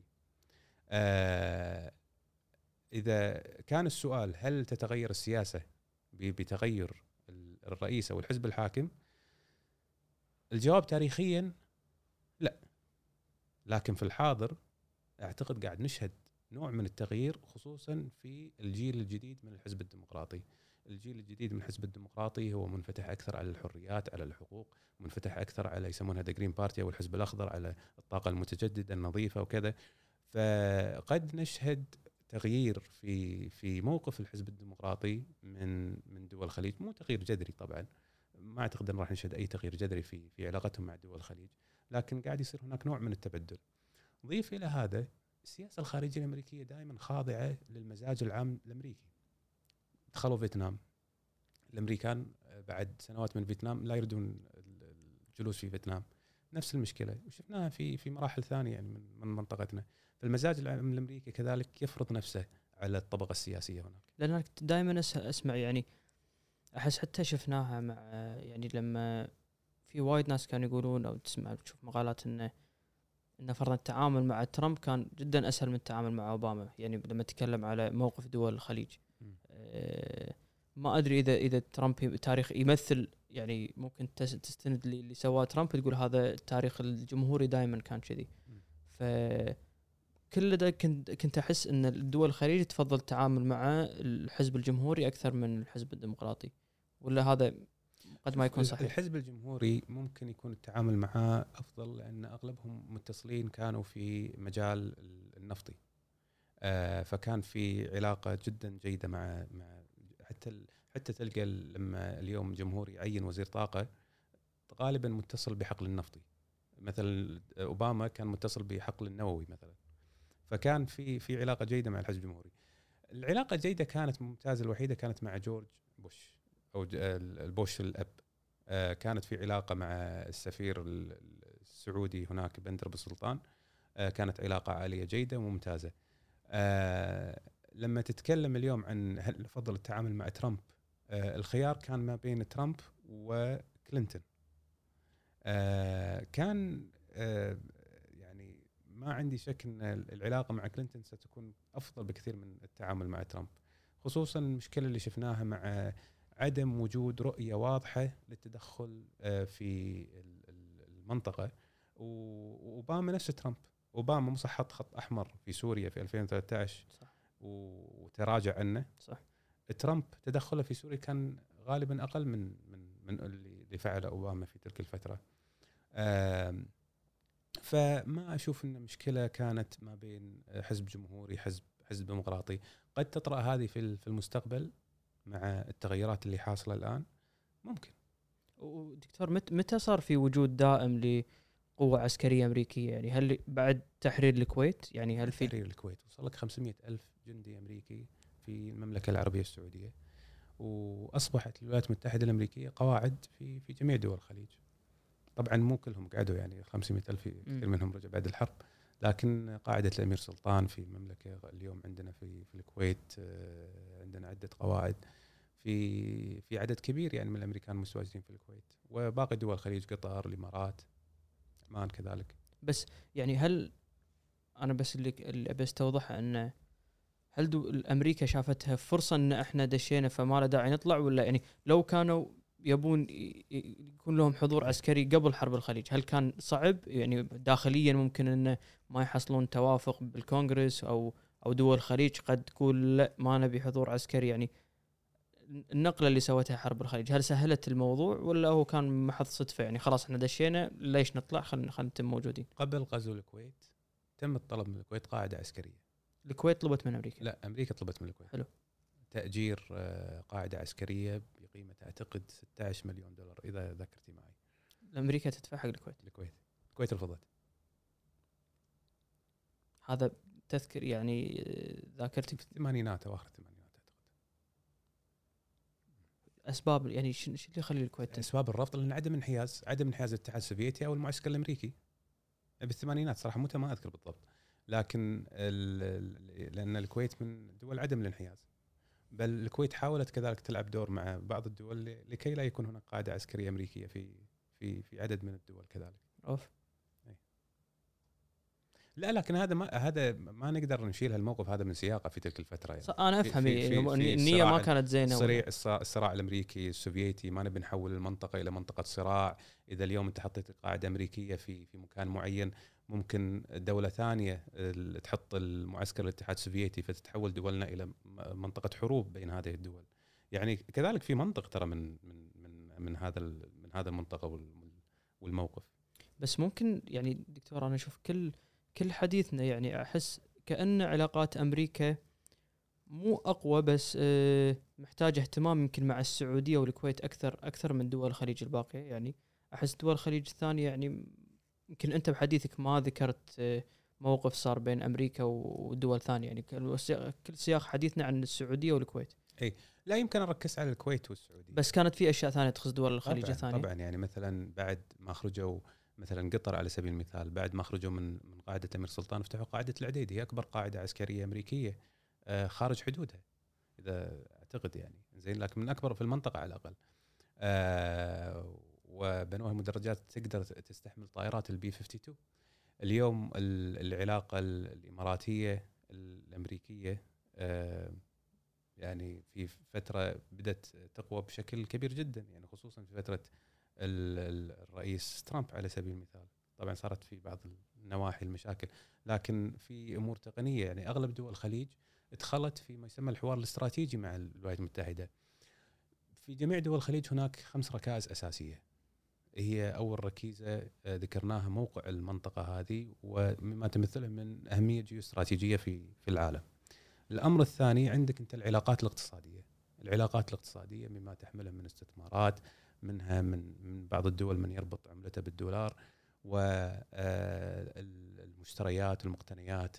آه إذا كان السؤال هل تتغير السياسة بتغير الرئيس أو الحزب الحاكم، الجواب تاريخيا لا، لكن في الحاضر أعتقد قاعد نشهد نوع من التغيير، خصوصا في الجيل الجديد من الحزب الديمقراطي. الجيل الجديد من الحزب الديمقراطي هو منفتح أكثر على الحريات، على الحقوق، منفتح أكثر على يسمونها ذا جرين بارتي أو الحزب الأخضر، على الطاقة المتجددة النظيفة وكذا. فقد نشهد تغيير في في موقف الحزب الديمقراطي من من دول الخليج، مو تغيير جذري طبعا، ما اعتقد ان راح نشهد اي تغيير جذري في في علاقتهم مع دول الخليج، لكن قاعد يصير هناك نوع من التبدل. ضيف الى هذا السياسه الخارجيه الامريكيه دائما خاضعه للمزاج العام الامريكي. دخلوا فيتنام، الامريكان بعد سنوات من فيتنام لا يريدون الجلوس في فيتنام، نفس المشكله وشفناها في في مراحل ثانيه يعني من من منطقتنا. فالمزاج العام الامريكي كذلك يفرض نفسه على الطبقه السياسيه هناك. لأن دائما اسمع يعني احس حتى شفناها مع يعني لما في وايد ناس كانوا يقولون او تسمع تشوف مقالات انه ان فرضا التعامل مع ترامب كان جدا اسهل من التعامل مع اوباما، يعني لما تكلم على موقف دول الخليج. أه ما ادري اذا اذا ترامب تاريخ يمثل، يعني ممكن تستند اللي سواه ترامب تقول هذا التاريخ الجمهوري دائما كان كذي. ف كل ده كنت كنت احس ان الدول الخليج تفضل التعامل مع الحزب الجمهوري اكثر من الحزب الديمقراطي، ولا هذا قد ما يكون صحيح؟ الحزب الجمهوري ممكن يكون التعامل معه افضل لان اغلبهم متصلين كانوا في مجال النفطي، آه فكان في علاقه جدا جيده مع مع حتى حتى تلقى لما اليوم جمهوري يعين وزير طاقه غالبا متصل بحقل النفطي، مثلا اوباما كان متصل بحقل النووي مثلا، فكان في في علاقه جيده مع الحزب الجمهوري. العلاقه الجيده كانت ممتازه الوحيده كانت مع جورج بوش او البوش الاب، كانت في علاقه مع السفير السعودي هناك بندر بالسلطان، كانت علاقه عاليه جيده وممتازه. لما تتكلم اليوم عن هل نفضل التعامل مع ترامب، الخيار كان ما بين ترامب وكلينتون. كان يعني ما عندي شك ان العلاقه مع كلينتون ستكون افضل بكثير من التعامل مع ترامب، خصوصا المشكله اللي شفناها مع عدم وجود رؤيه واضحه للتدخل في المنطقه. واوباما نفس ترامب، اوباما مصح حط خط احمر في سوريا في ألفين وثلاثة عشر صح، وتراجع عنه صح. ترامب تدخله في سوريا كان غالبا اقل من من من اللي فعله اوباما في تلك الفتره. فما اشوف ان مشكله كانت ما بين حزب جمهوري حزب حزب ديمقراطي. قد تطرأ هذه في في المستقبل مع التغيرات اللي حاصله الان ممكن. ودكتور متى صار في وجود دائم لقوه عسكريه امريكيه؟ يعني هل بعد تحرير الكويت؟ يعني هل في تحرير الكويت وصل لك خمسمائة ألف جندي امريكي في المملكة العربية السعودية، وأصبحت الولايات المتحدة الأمريكية قواعد في في جميع دول الخليج. طبعا مو كلهم قعدوا، يعني خمسمائة ألف كثير منهم رجع بعد الحرب، لكن قاعدة الأمير سلطان في المملكة، اليوم عندنا في في الكويت عندنا عدة قواعد، في في عدد كبير يعني من الأمريكان متواجدين في الكويت، وباقي دول الخليج قطر، الإمارات، عمان كذلك. بس يعني هل أنا بس اللي اللي بستوضح أن هل دو أمريكا شافتها فرصة أن إحنا دشينا فما له داعي نطلع، ولا يعني لو كانوا يبون يكون لهم حضور عسكري قبل حرب الخليج هل كان صعب يعني داخليا ممكن أنه ما يحصلون توافق بالكونغرس أو أو دول الخليج قد تقول لا ما نبي حضور عسكري؟ يعني النقلة اللي سوتها حرب الخليج هل سهلت الموضوع ولا هو كان محض صدفة؟ يعني خلاص احنا دشينا ليش نطلع، خلينا خلينا نتم موجودين. قبل غزو الكويت تم الطلب من الكويت قاعدة عسكرية. الكويت طلبت من أمريكا؟ لا، أمريكا طلبت من الكويت. حلو. تأجير قاعدة عسكرية بقيمة أعتقد ستة عشر مليون دولار إذا ذكرتي معي. أمريكا تدفع حق الكويت؟ الكويت الكويت رفضت. هذا تذكر يعني ذاكرتي في الثمانينات أو آخر الثمانينات أعتقد. أسباب يعني شو اللي يخلي الكويت؟ أسباب الرفض لأن عدم انحياز عدم انحياز الاتحاد السوفيتي أو المعسكر الأمريكي بالثمانينات، صراحة متى ما أذكر بالضبط، لكن لأن الكويت من دول عدم الانحياز، بل الكويت حاولت كذلك تلعب دور مع بعض الدول لكي لا يكون هناك قاعدة عسكرية أمريكية في في في عدد من الدول كذلك. أوف. لا، لكن هذا ما هذا ما نقدر نشيل هالموقف هذا من سياقه في تلك الفترة يعني. أنا أفهم النية ما كانت زينة. الصراع, الصراع الأمريكي السوفيتي، ما نبي نحول المنطقة إلى منطقة صراع. إذا اليوم أنت حطيت قاعدة أمريكية في في مكان معين، ممكن دولة ثانية تحط المعسكر الاتحاد السوفيتي فتتحول دولنا إلى منطقة حروب بين هذه الدول. يعني كذلك في منطق ترى من من من من هذا من هذا المنطقة والموقف. بس ممكن يعني دكتور أنا أشوف كل كل حديثنا يعني أحس كأن علاقات أمريكا مو أقوى، بس محتاجة اهتمام يمكن مع السعودية والكويت أكثر أكثر من دول الخليج الباقية. يعني أحس دول الخليج الثانية يعني يمكن أنت بحديثك ما ذكرت موقف صار بين أمريكا ودول ثانية، يعني كل سياق حديثنا عن السعودية والكويت. أي لا يمكن أركز على الكويت والسعودية، بس كانت في أشياء ثانية تخص دول الخليج طبعاً الثانية. طبعا يعني مثلا بعد ما خرجوا مثلا قطر على سبيل المثال، بعد ما خرجوا من من قاعده الامير سلطان فتحوا قاعده العديد، هي اكبر قاعده عسكريه امريكيه خارج حدودها اذا اعتقد يعني زين، لكن من اكبر في المنطقه على الاقل. وبنوها مدرجات تقدر تستحمل طائرات البي خمسة وخمسين. اليوم العلاقه الاماراتيه الامريكيه يعني في فتره بدات تقوى بشكل كبير جدا، يعني خصوصا في فتره الرئيس ترامب على سبيل المثال. طبعا صارت في بعض النواحي المشاكل، لكن في امور تقنيه يعني اغلب دول الخليج دخلت في ما يسمى الحوار الاستراتيجي مع الولايات المتحده. في جميع دول الخليج هناك خمس ركائز اساسيه. هي اول ركيزه ذكرناها موقع المنطقه هذه ومما تمثله من اهميه جيوستراتيجيه في في العالم. الامر الثاني عندك انت العلاقات الاقتصاديه. العلاقات الاقتصاديه مما تحمله من استثمارات، منها من من بعض الدول من يربط عملته بالدولار، والمشتريات المقتنيات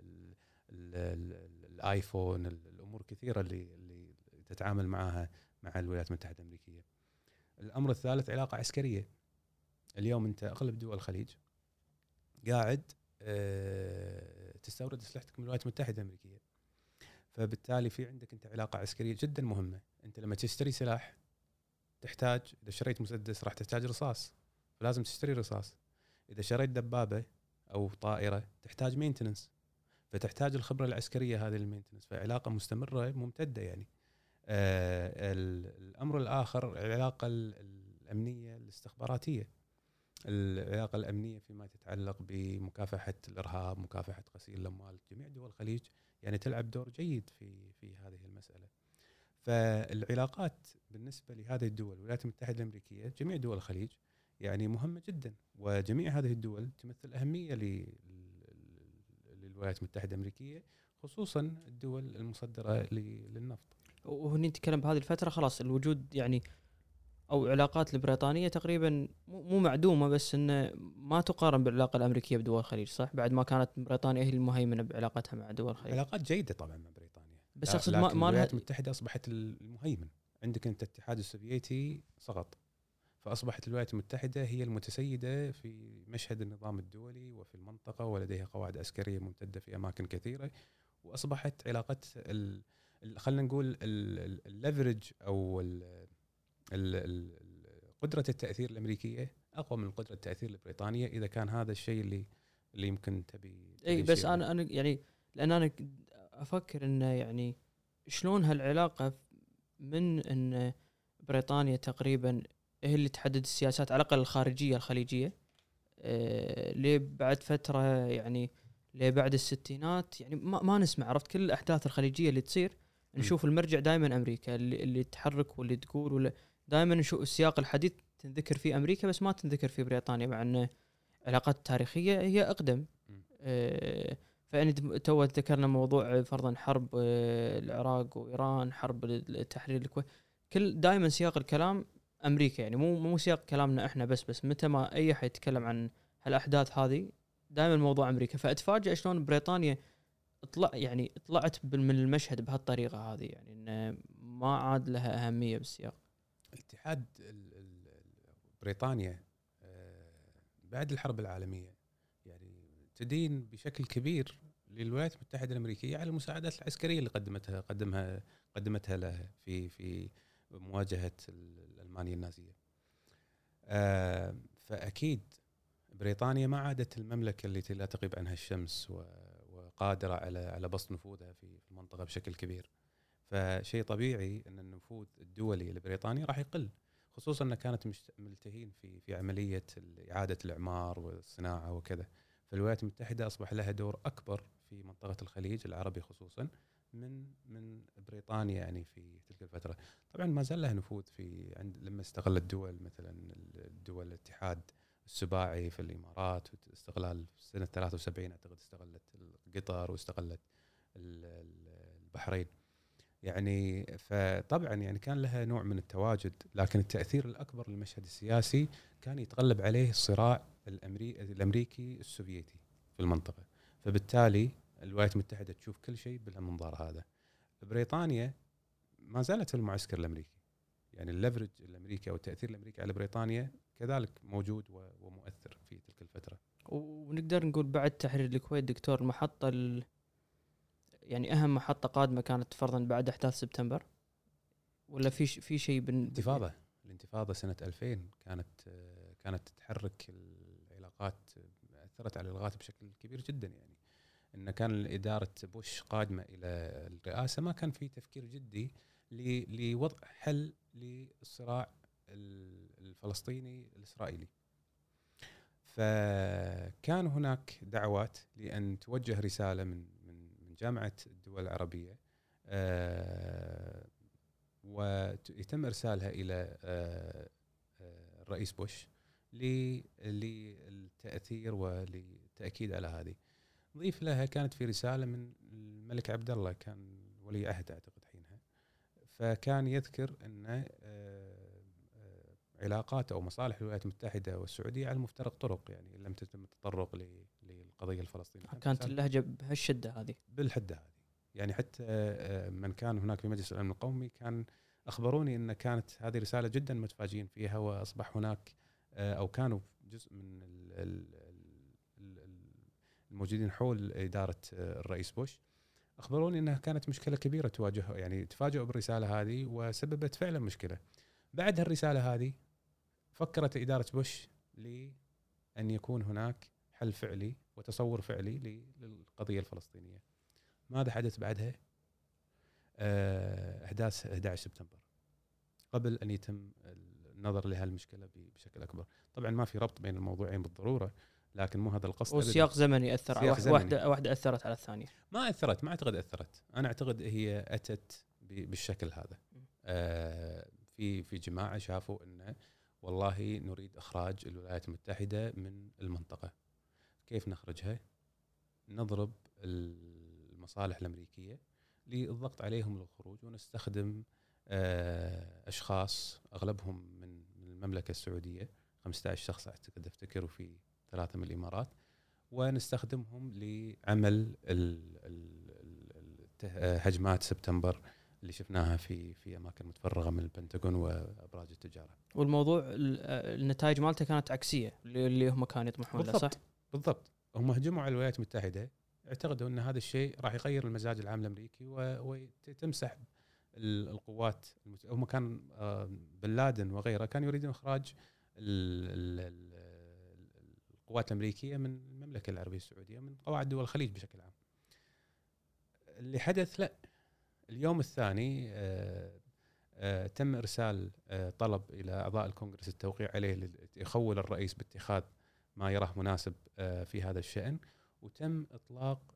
الايفون، الامور كثيره اللي اللي تتعامل معها مع الولايات المتحده الامريكيه. الامر الثالث علاقه عسكريه. اليوم انت اغلب دول الخليج قاعد تستورد اسلحتك من الولايات المتحده الامريكيه، فبالتالي في عندك انت علاقه عسكريه جدا مهمه. انت لما تشتري سلاح تحتاج، إذا شريت مسدس راح تحتاج رصاص، فلازم تشتري رصاص. إذا شريت دبابة أو طائرة تحتاج مينتنس، فتحتاج الخبرة العسكرية هذه المينتنس، فعلاقة مستمرة ممتدة يعني. آه الأمر الآخر العلاقة الأمنية الاستخباراتية. العلاقة الأمنية فيما تتعلق بمكافحة الإرهاب، مكافحة غسيل الأموال. جميع دول الخليج يعني تلعب دور جيد في في هذه المسألة. فالعلاقات بالنسبة لهذه الدول الولايات المتحدة الأمريكية جميع دول الخليج يعني مهمة جدا، وجميع هذه الدول تمثل أهمية للولايات المتحدة الأمريكية، خصوصا الدول المصدرة للنفط. وهني نتكلم بهذه الفترة خلاص الوجود يعني أو علاقات البريطانية تقريبا مو معدومة، بس إنه ما تقارن بالعلاقة الأمريكية بدول الخليج، صح؟ بعد ما كانت بريطانيا هي المهيمنة بعلاقتها مع دول الخليج. علاقات جيدة طبعا مع بريطانيا، بس اقصد ما ما الولايات المتحده اصبحت المهيمن. عندك انت الاتحاد السوفيتي سقط، فاصبحت الولايات المتحده هي المتسيده في مشهد النظام الدولي وفي المنطقه، ولديها قواعد عسكريه ممتده في اماكن كثيره، واصبحت علاقه خلينا نقول الليفرج او ال ال قدره التاثير الامريكيه اقوى من قدره التاثير البريطانيه، اذا كان هذا الشيء اللي اللي يمكن تبي, تبي اي بس انا انا يعني لان انا افكر انه يعني شلون هالعلاقه من ان بريطانيا تقريبا هي اللي تحدد السياسات على الاقل الخارجيه الخليجيه أه ليه بعد فتره يعني ليه بعد الستينات يعني ما, ما نسمع عرفت كل الاحداث الخليجيه اللي تصير نشوف م. المرجع دائما امريكا اللي, اللي تحرك واللي تقول ولا دائما نشوف السياق الحديث تنذكر في امريكا بس ما تنذكر في بريطانيا، مع ان علاقات تاريخية هي اقدم. أه فاني تو ذكرنا موضوع فرضا حرب أه العراق وايران، حرب التحرير الكويت، كل دائما سياق الكلام امريكا، يعني مو مو سياق كلامنا احنا بس بس متى ما اي احد يتكلم عن هالاحداث هذه دائما موضوع امريكا. فاتفاجئ شلون بريطانيا طلع يعني طلعت من المشهد بهالطريقه هذه، يعني انه ما عاد لها اهميه بالسياق. الاتحاد بريطانيا بعد الحرب العالميه يعني تدين بشكل كبير للولايات المتحده الامريكيه على المساعدات العسكريه اللي قدمتها قدمها قدمتها لها في في مواجهه الالمانيه النازيه. فاكيد بريطانيا ما عادت المملكه التي لا تغيب عنها الشمس وقادره على على بسط نفوذها في المنطقه بشكل كبير. فشيء طبيعي ان النفوذ الدولي لبريطانيا راح يقل، خصوصا انها كانت ملتهين في في عمليه اعاده الاعمار والصناعه وكذا. فالولايات المتحده اصبح لها دور اكبر في منطقه الخليج العربي خصوصا من من بريطانيا يعني في تلك الفتره. طبعا ما زال لها نفوذ في عند لما استغلت دول مثلا الدول الاتحاد السباعي في الامارات، واستغلال في سنه ثلاثة وسبعين اعتقد استغلت قطر واستغلت البحرين. يعني فطبعا يعني كان لها نوع من التواجد، لكن التأثير الأكبر للمشهد السياسي كان يتغلب عليه الصراع الأمريكي الأمريكي السوفيتي في المنطقة. فبالتالي الولايات المتحدة تشوف كل شيء بالمنظار هذا. بريطانيا ما زالت في المعسكر الأمريكي، يعني الليفرج الأمريكي أو التأثير الأمريكي على بريطانيا كذلك موجود ومؤثر في تلك الفترة. ونقدر نقول بعد تحرير الكويت دكتور المحطة ال يعني أهم محطة قادمة كانت فرضاً بعد أحداث سبتمبر، ولا في في شيء بن الانتفاضة الانتفاضة سنة ألفين كانت كانت تحرك العلاقات، أثرت على العلاقات بشكل كبير جدا. يعني إن كان إدارة بوش قادمة إلى الرئاسة ما كان في تفكير جدي لوضع حل للصراع الفلسطيني الإسرائيلي. فكان هناك دعوات لأن توجه رسالة من جامعة الدول العربية آه ويتم إرسالها إلى آه آه الرئيس بوش للتأثير وللتأكيد على هذه. ضيف لها كانت في رسالة من الملك عبد الله، كان ولي عهد أعتقد حينها، فكان يذكر أن علاقات أو مصالح الولايات المتحدة والسعودية على مفترق طرق، يعني لم تتم التطرق للقضية الفلسطينية. كانت اللهجة بهالشدة هذه بالحدة هذه. يعني حتى من كان هناك في مجلس الأمن القومي كان أخبروني أن كانت هذه رسالة جدا متفاجئين فيها، وأصبح هناك أو كانوا جزء من الموجودين حول إدارة الرئيس بوش أخبروني أنها كانت مشكلة كبيرة تواجهها، يعني تفاجئوا بالرسالة هذه وسببت فعلا مشكلة. بعد هالرسالة هذه فكرت إدارة بوش لأن يكون هناك حل فعلي وتصور فعلي للقضية الفلسطينية. ماذا حدث بعدها؟ أحداث أحد عشر سبتمبر قبل أن يتم النظر لها المشكلة بشكل أكبر. طبعا ما في ربط بين الموضوعين بالضرورة، لكن مو هذا القصد. والسياق زمني أثر على واحدة, واحدة واحدة أثرت على الثانية. ما أثرت، ما أعتقد أثرت. أنا أعتقد هي أتت بالشكل هذا. آه في في جماعة شافوا إنه والله نريد إخراج الولايات المتحدة من المنطقة. كيف نخرجها؟ نضرب المصالح الأمريكية للضغط عليهم للخروج، ونستخدم أشخاص أغلبهم من المملكة السعودية، خمسة عشر شخص أعتقد أفتكر، وفي ثلاثة من الإمارات، ونستخدمهم لعمل هجمات سبتمبر اللي شفناها في في اماكن متفرغه من البنتاغون وابراج التجاره. والموضوع النتائج مالته كانت عكسيه اللي هم كانوا يطمحون له، صح؟ بالضبط. هم هجموا على الولايات المتحده، اعتقدوا ان هذا الشيء راح يغير المزاج العام الامريكي وتمسح القوات. هم كان بن لادن وغيره كانوا يريدون اخراج القوات الامريكيه من المملكه العربيه السعوديه، من قواعد دول الخليج بشكل عام. اللي حدث لا، اليوم الثاني آآ آآ تم ارسال طلب الى اعضاء الكونغرس التوقيع عليه ليخول الرئيس باتخاذ ما يراه مناسب في هذا الشأن، وتم اطلاق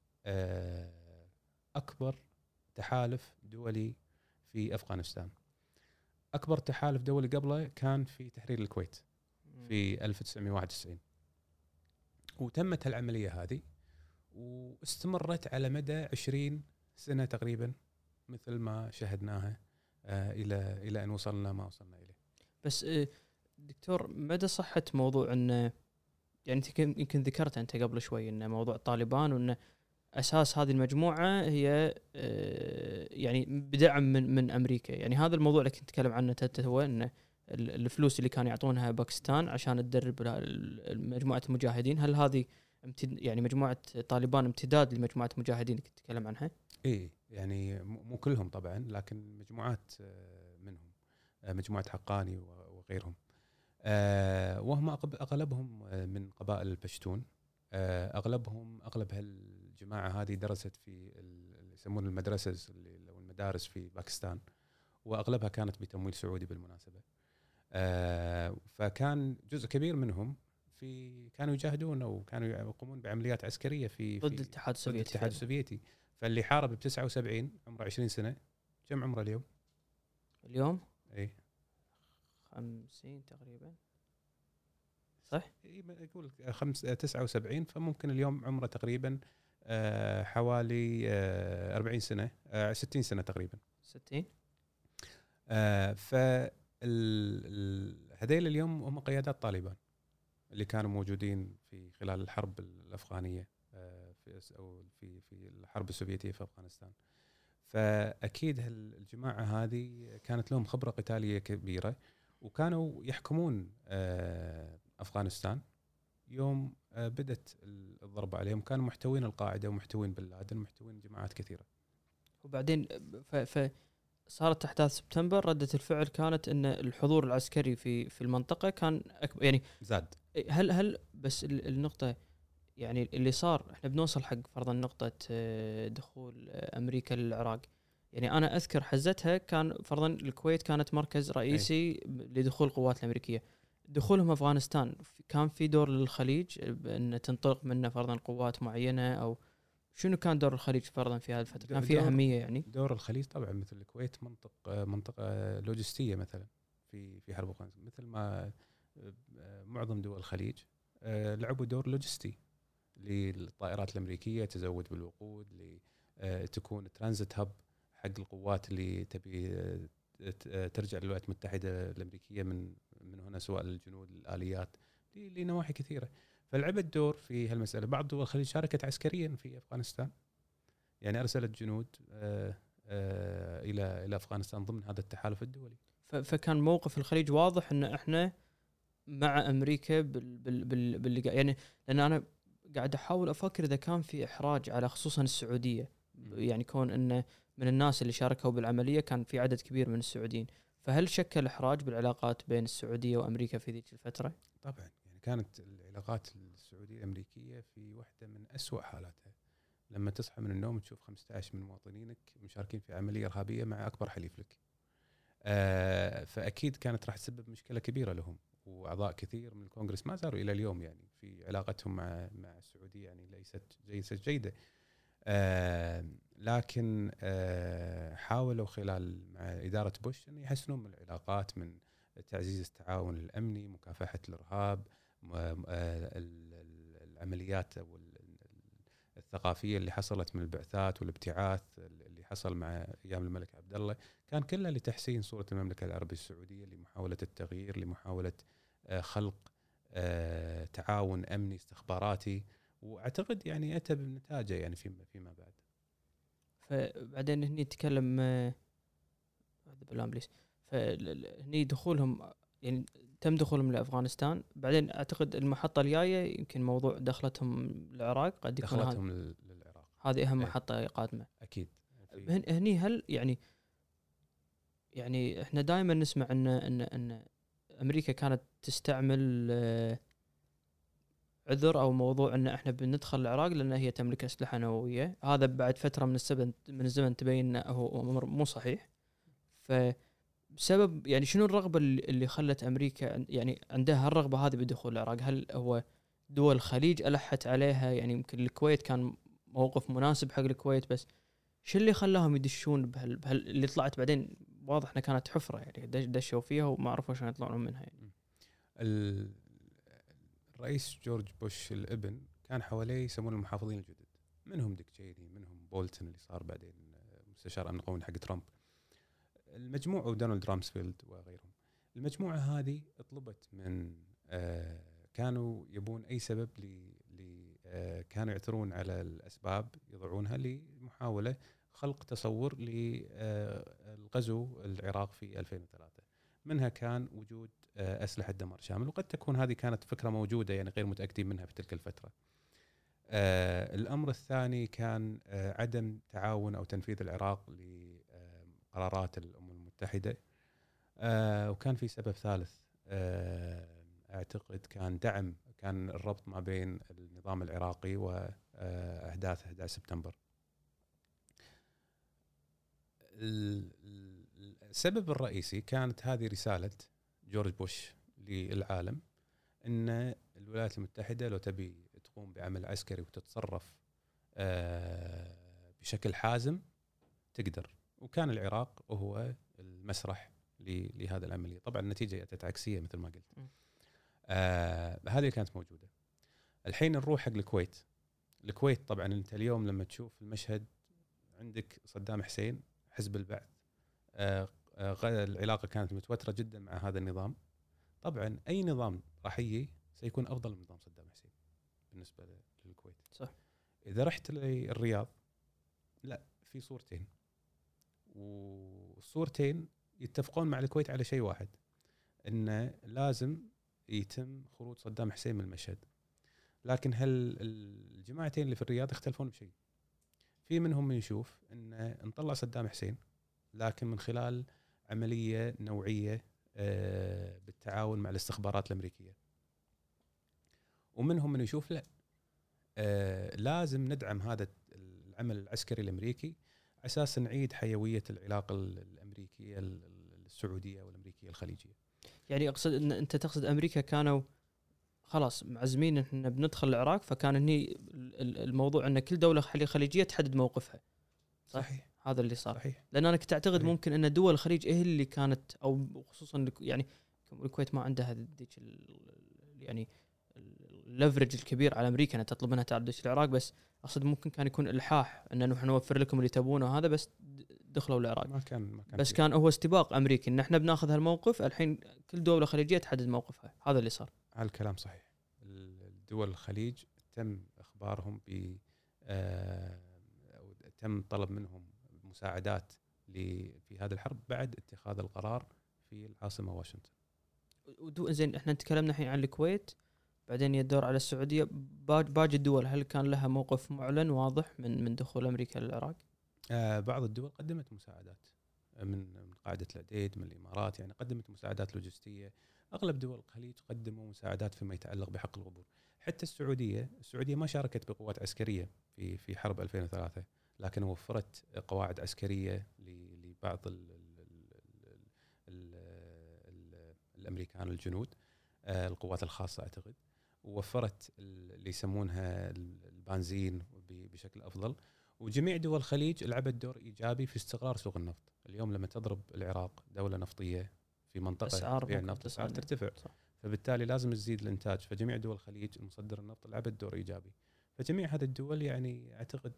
اكبر تحالف دولي في افغانستان. اكبر تحالف دولي قبله كان في تحرير الكويت في ألف وتسعمائة وواحد وتسعين، وتمت العمليه هذه واستمرت على مدى عشرين سنه تقريبا، مثل ما شاهدناها الى الى ان وصلنا ما وصلنا اليه. بس دكتور، مدى صحه موضوع انه يعني يمكن ذكرت انت قبل شوي ان موضوع طالبان، وان اساس هذه المجموعه هي يعني بدعم من من امريكا، يعني هذا الموضوع اللي كنت اتكلم عنه هو ان الفلوس اللي كانوا يعطونها باكستان عشان تدرب مجموعه المجاهدين، هل هذه يعني مجموعه طالبان امتداد لمجموعه المجاهدين اللي كنت اتكلم عنها؟ اي يعني مو كلهم طبعا، لكن مجموعات منهم، مجموعه حقاني وغيرهم، وهم اغلبهم من قبائل البشتون. اغلبهم اغلب هالجماعه هذه درست في اللي يسمون المدرسة او المدارس في باكستان، واغلبها كانت بتمويل سعودي بالمناسبه. فكان جزء كبير منهم في كانوا يجاهدون او كانوا يقومون بعمليات عسكريه في ضد الاتحاد السوفيتي. الاتحاد السوفيتي. فاللي حارب ب تسعة وسبعين عمره عشرين سنه، كم عمره اليوم؟ اليوم اي خمسين تقريبا، صح؟ يقول خمس تسعة وسبعين، فممكن اليوم عمره تقريبا حوالي أربعين سنه، ستين سنه تقريبا. ستين. ف هذيل اليوم هم قيادات طالبان اللي كانوا موجودين في خلال الحرب الأفغانية في أو في في الحرب السوفيتية في أفغانستان. فأكيد الجماعة هذه كانت لهم خبرة قتالية كبيرة، وكانوا يحكمون أفغانستان يوم بدت الضربة عليهم. كانوا محتوين القاعدة ومحتوين بن لادن ومحتوين جماعات كثيرة. وبعدين ف, ف صارت أحداث سبتمبر، ردة الفعل كانت أن الحضور العسكري في في المنطقة كان أكبر، يعني زاد. هل هل بس النقطة يعني اللي صار، احنا بنوصل حق فرضا نقطة دخول أمريكا للعراق. يعني أنا أذكر حزتها كان فرضا الكويت كانت مركز رئيسي أي. لدخول القوات الأمريكية. دخولهم أفغانستان كان في دور للخليج أن تنطلق منه فرضا قوات معينة، أو شنو كان دور الخليج فرضا في هذه الفترة؟ كان في أهمية يعني؟ دور الخليج طبعا مثل الكويت منطق منطقة لوجستية مثلا في في حرب أفغانستان، مثل ما معظم دول الخليج لعبوا دور لوجستي للطائرات الأمريكية، تزود بالوقود، لتكون ترانزيت هب حق القوات اللي تبي ترجع للولايات المتحدة الأمريكية من من هنا، سواء الجنود الآليات لنواحي كثيرة. فلعبت دور في هالمسألة. بعض دول الخليج شاركت عسكريا في أفغانستان، يعني أرسلت جنود آآ آآ إلى إلى أفغانستان ضمن هذا التحالف الدولي. فكان موقف الخليج واضح إن إحنا مع أمريكا بال بال بال باللي يعني، لأن أنا قاعد أحاول أفكر إذا كان في إحراج على خصوصا السعودية، يعني كون إنه من الناس اللي شاركوا بالعملية كان في عدد كبير من السعوديين، فهل شكل إحراج بالعلاقات بين السعودية وأمريكا في ذيك الفترة؟ طبعا يعني كانت العلاقات السعودية الأمريكية في واحدة من أسوأ حالاتها، لما تصحى من النوم تشوف خمسة عشر من مواطنينك مشاركين في عملية إرهابية مع أكبر حليف لك. آه فأكيد كانت راح تسبب مشكلة كبيرة لهم، وأعضاء كثير من الكونغرس ما زالوا إلى اليوم يعني في علاقتهم مع مع السعودية يعني ليست ليست جيدة. آه لكن آه حاولوا خلال مع إدارة بوش أن يحسنون من العلاقات، من تعزيز التعاون الأمني، مكافحة الإرهاب، العمليات أو الثقافية اللي حصلت من البعثات والابتعاث اللي حصل مع أيام الملك عبد الله، كان كله لتحسين صورة المملكة العربية السعودية، لمحاولة التغيير، لمحاولة خلق تعاون أمني استخباراتي، وأعتقد يعني أتى بنتائجه يعني فيما فيما بعد. فبعدين هني تكلم هذا بالامبليس، فهني دخولهم يعني تم دخولهم لافغانستان. بعدين اعتقد المحطه الجايه يمكن موضوع دخلتهم العراق، قد يكون دخلتهم للعراق، هذه اهم محطه قادمه اكيد. هني هل يعني يعني احنا دائما نسمع ان ان ان امريكا كانت تستعمل عذر او موضوع ان احنا بندخل العراق لان هي تملك اسلحه نوويه. هذا بعد فتره من الزمن من الزمن تبين انه هو امر مو صحيح. فبسبب يعني شنو الرغبه اللي خلت امريكا يعني عندها الرغبه هذه بدخول العراق؟ هل هو دول الخليج الحت عليها؟ يعني يمكن الكويت كان موقف مناسب حق الكويت، بس شو اللي خلاهم يدشون بهال, بهال اللي طلعت بعدين واضح انها كانت حفره يعني دشوا فيها وما عرفوا شلون يطلعون منها يعني. الرئيس جورج بوش الابن كان حواليه يسمون المحافظين الجدد، منهم ديك تشيني، منهم بولتون اللي صار بعدين مستشار امن قومي حق ترامب، المجموعه ودونالد رامسفيلد وغيرهم. المجموعه هذه طلبت من آه كانوا يبون اي سبب ل آه كانوا يعثرون على الاسباب يضعونها لمحاوله خلق تصور للغزو العراق في ألفين وثلاثة. منها كان وجود أسلحة دمار شامل، وقد تكون هذه كانت فكرة موجودة يعني غير متأكدين منها في تلك الفترة. آه الأمر الثاني كان آه عدم تعاون أو تنفيذ العراق لقرارات الأمم المتحدة. آه وكان في سبب ثالث، آه أعتقد كان دعم، كان الربط ما بين النظام العراقي وأحداث أحد عشر سبتمبر. السبب الرئيسي كانت هذه رسالة جورج بوش للعالم ان الولايات المتحدة لو تبي تقوم بعمل عسكري وتتصرف بشكل حازم تقدر، وكان العراق وهو المسرح لهذا العملية. طبعا النتيجة جاءت عكسية مثل ما قلت. آه هذه كانت موجودة. الحين نروح حق الكويت. الكويت طبعا انت اليوم لما تشوف المشهد عندك صدام حسين، حزب البعث، آه آه العلاقة كانت متوترة جدا مع هذا النظام. طبعا أي نظام راح يجي سيكون أفضل من نظام صدام حسين بالنسبة للكويت. صح. إذا رحت للرياض لا، في صورتين، والصورتين يتفقون مع الكويت على شيء واحد، إنه لازم يتم خروج صدام حسين من المشهد. لكن هل الجماعتين اللي في الرياض يختلفون بشيء؟ في منهم من يشوف إن نطلع صدام حسين لكن من خلال عملية نوعية بالتعاون مع الاستخبارات الأمريكية، ومنهم من يشوف لا، لازم ندعم هذا العمل العسكري الأمريكي أساس نعيد حيوية العلاقة الأمريكية السعودية والأمريكية الخليجية. يعني أقصد أن أنت تقصد أمريكا كانوا خلاص معزمين إحنا بندخل العراق، فكان هني الموضوع أن كل دولة خليجية تحدد موقفها. صح؟ صحيح. هذا اللي صار. صحيح. لأن أنا كنت أعتقد صحيح. ممكن أن دول الخليج إيه اللي كانت، أو خصوصا يعني الكويت ما عندها ذيك يعني الليفرج الكبير على أمريكا أنها تطلب منها تعدش العراق، بس أقصد ممكن كان يكون إلحاح أن نحن نوفر لكم اللي تبونه هذا، بس دخلوا العراق. ما كان ما كان بس كان هو استباق أمريكي إن إحنا بناخذ هالموقف، الحين كل دولة خليجية تحدد موقفها. هذا اللي صار. هذا الكلام صحيح. الدول الخليج تم إخبارهم ب آه تم طلب منهم مساعدات في هذا الحرب بعد اتخاذ القرار في العاصمة واشنطن. ودو زين احنا تكلمنا الحين عن الكويت، بعدين يدور على السعودية. باقي الدول هل كان لها موقف معلن واضح من من دخول أمريكا للعراق؟ آه بعض الدول قدمت مساعدات من من قاعدة العديد، من الإمارات، يعني قدمت مساعدات لوجستية. أغلب دول الخليج قدموا مساعدات فيما يتعلق بحق العبور. حتى السعودية السعودية ما شاركت بقوات عسكرية في في حرب ألفين وثلاثة، لكن وفرت قواعد عسكرية لبعض ال ال ال ال الأمريكان الجنود، القوات الخاصة أعتقد، ووفرت اللي يسمونها البنزين بشكل أفضل. وجميع دول الخليج لعبت دور إيجابي في استقرار سوق النفط. اليوم لما تضرب العراق دولة نفطية في منطقة بيع النفط أسعار ترتفع، صح. فبالتالي لازم تزيد الإنتاج، فجميع دول الخليج المصدر النفط لعبت دور إيجابي. فجميع هذه الدول يعني أعتقد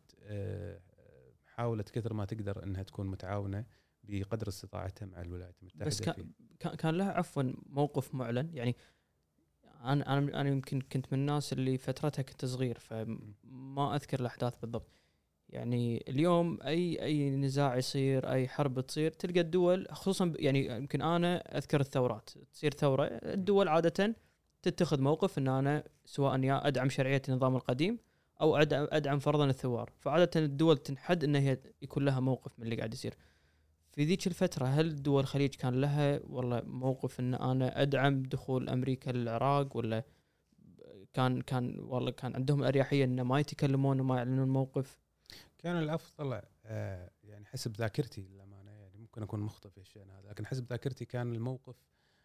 حاولت كثر ما تقدر أنها تكون متعاونة بقدر استطاعتها مع الولايات المتحدة. بس كان, كان لها عفوا موقف معلن. يعني أنا أنا أنا يمكن كنت من الناس اللي فترتها كنت صغير، فما أذكر الأحداث بالضبط. يعني اليوم اي اي نزاع يصير، اي حرب تصير، تلقى الدول خصوصا ب- يعني يمكن انا اذكر الثورات، تصير ثوره الدول عاده تتخذ موقف ان انا سواء يا ادعم شرعيه النظام القديم او ادعم ادعم فرضا الثوار، فعاده الدول تنحد ان هي يكون لها موقف من اللي قاعد يصير. في ذيك الفتره هل دول الخليج كان لها والله موقف ان انا ادعم دخول امريكا للعراق، ولا كان كان والله كان عندهم الاريحيه ان ما يتكلمون وما يعلنون موقف؟ كان الافضل آه يعني حسب ذاكرتي للامانه، يعني ممكن اكون مخطئ في الشيء هذا، لكن حسب ذاكرتي كان الموقف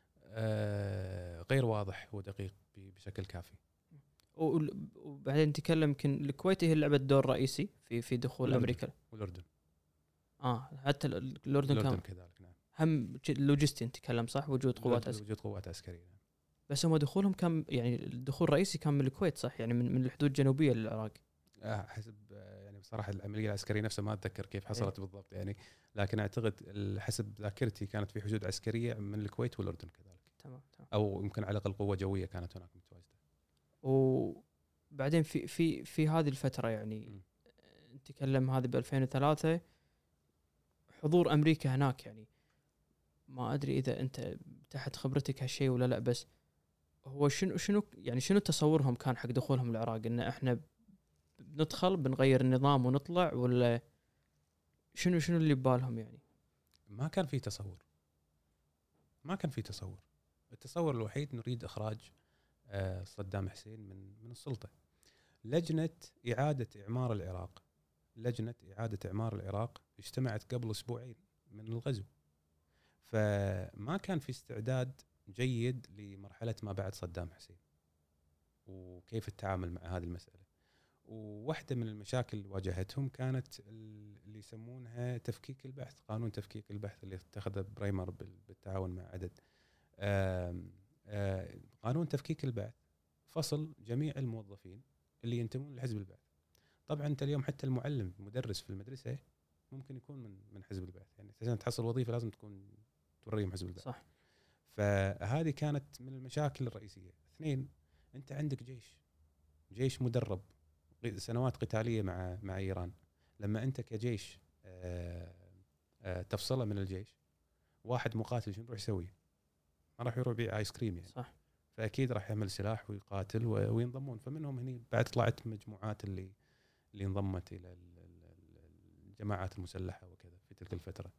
آه غير واضح ودقيق بشكل كافي. وبعدين نتكلم يمكن الكويت هي اللي لعبت دور رئيسي في في دخول والأردن. امريكا. والاردن اه حتى ال- الاردن, الاردن كان كذلك نعم. هم لوجستي نتكلم صح، وجود قوات عسكريه، وجود قوات عسكريه نعم. بس هم دخولهم كان يعني الدخول الرئيسي كان من الكويت صح، يعني من من الحدود الجنوبيه للعراق. آه حسب آه يعني بصراحه العمليه العسكريه نفسها ما اتذكر كيف حصلت بالضبط يعني، لكن اعتقد ال- حسب ذاكرتي كانت في حدود عسكريه من الكويت والاردن كذلك. تمام تمام. او يمكن على الاقل قوه جويه كانت هناك متواجده. وبعدين في في في هذه الفتره يعني م. نتكلم هذه ب ألفين وثلاثة حضور امريكا هناك، يعني ما ادري اذا انت تحت خبرتك هالشيء ولا لا، بس هو شنو شنو يعني شنو تصورهم كان حق دخولهم العراق؟ ان احنا بندخل بنغير النظام ونطلع، ولا شنو شنو اللي ببالهم يعني؟ ما كان في تصور، ما كان في تصور. التصور الوحيد نريد اخراج آه صدام حسين من من السلطه. لجنه اعاده اعمار العراق لجنه اعاده اعمار العراق اجتمعت قبل اسبوعين من الغزو، فما كان في استعداد جيد لمرحله ما بعد صدام حسين وكيف التعامل مع هذه المساله. وواحده من المشاكل اللي واجهتهم كانت اللي يسمونها تفكيك البحث، قانون تفكيك البحث اللي اتخذه برايمر بالتعاون مع عدد. آم آم قانون تفكيك البحث فصل جميع الموظفين اللي ينتمون لحزب البعث. طبعا انت اليوم حتى المعلم مدرس في المدرسه ممكن يكون من من حزب البعث، يعني عشان تحصل وظيفه لازم تكون توريهم حزب البعث. صح. فهذه كانت من المشاكل الرئيسيه. اثنين، انت عندك جيش جيش مدرب سنوات قتاليه مع مع ايران، لما انت كجيش آآ آآ تفصله من الجيش، واحد مقاتل شنو يروح يسوي؟ ما راح يروح يبيع ايس كريم يعني. صح. فاكيد راح يحمل سلاح ويقاتل وينضمون. فمنهم هني بعد طلعت مجموعات اللي اللي انضمت الى الجماعات المسلحه وكذا في تلك الفتره.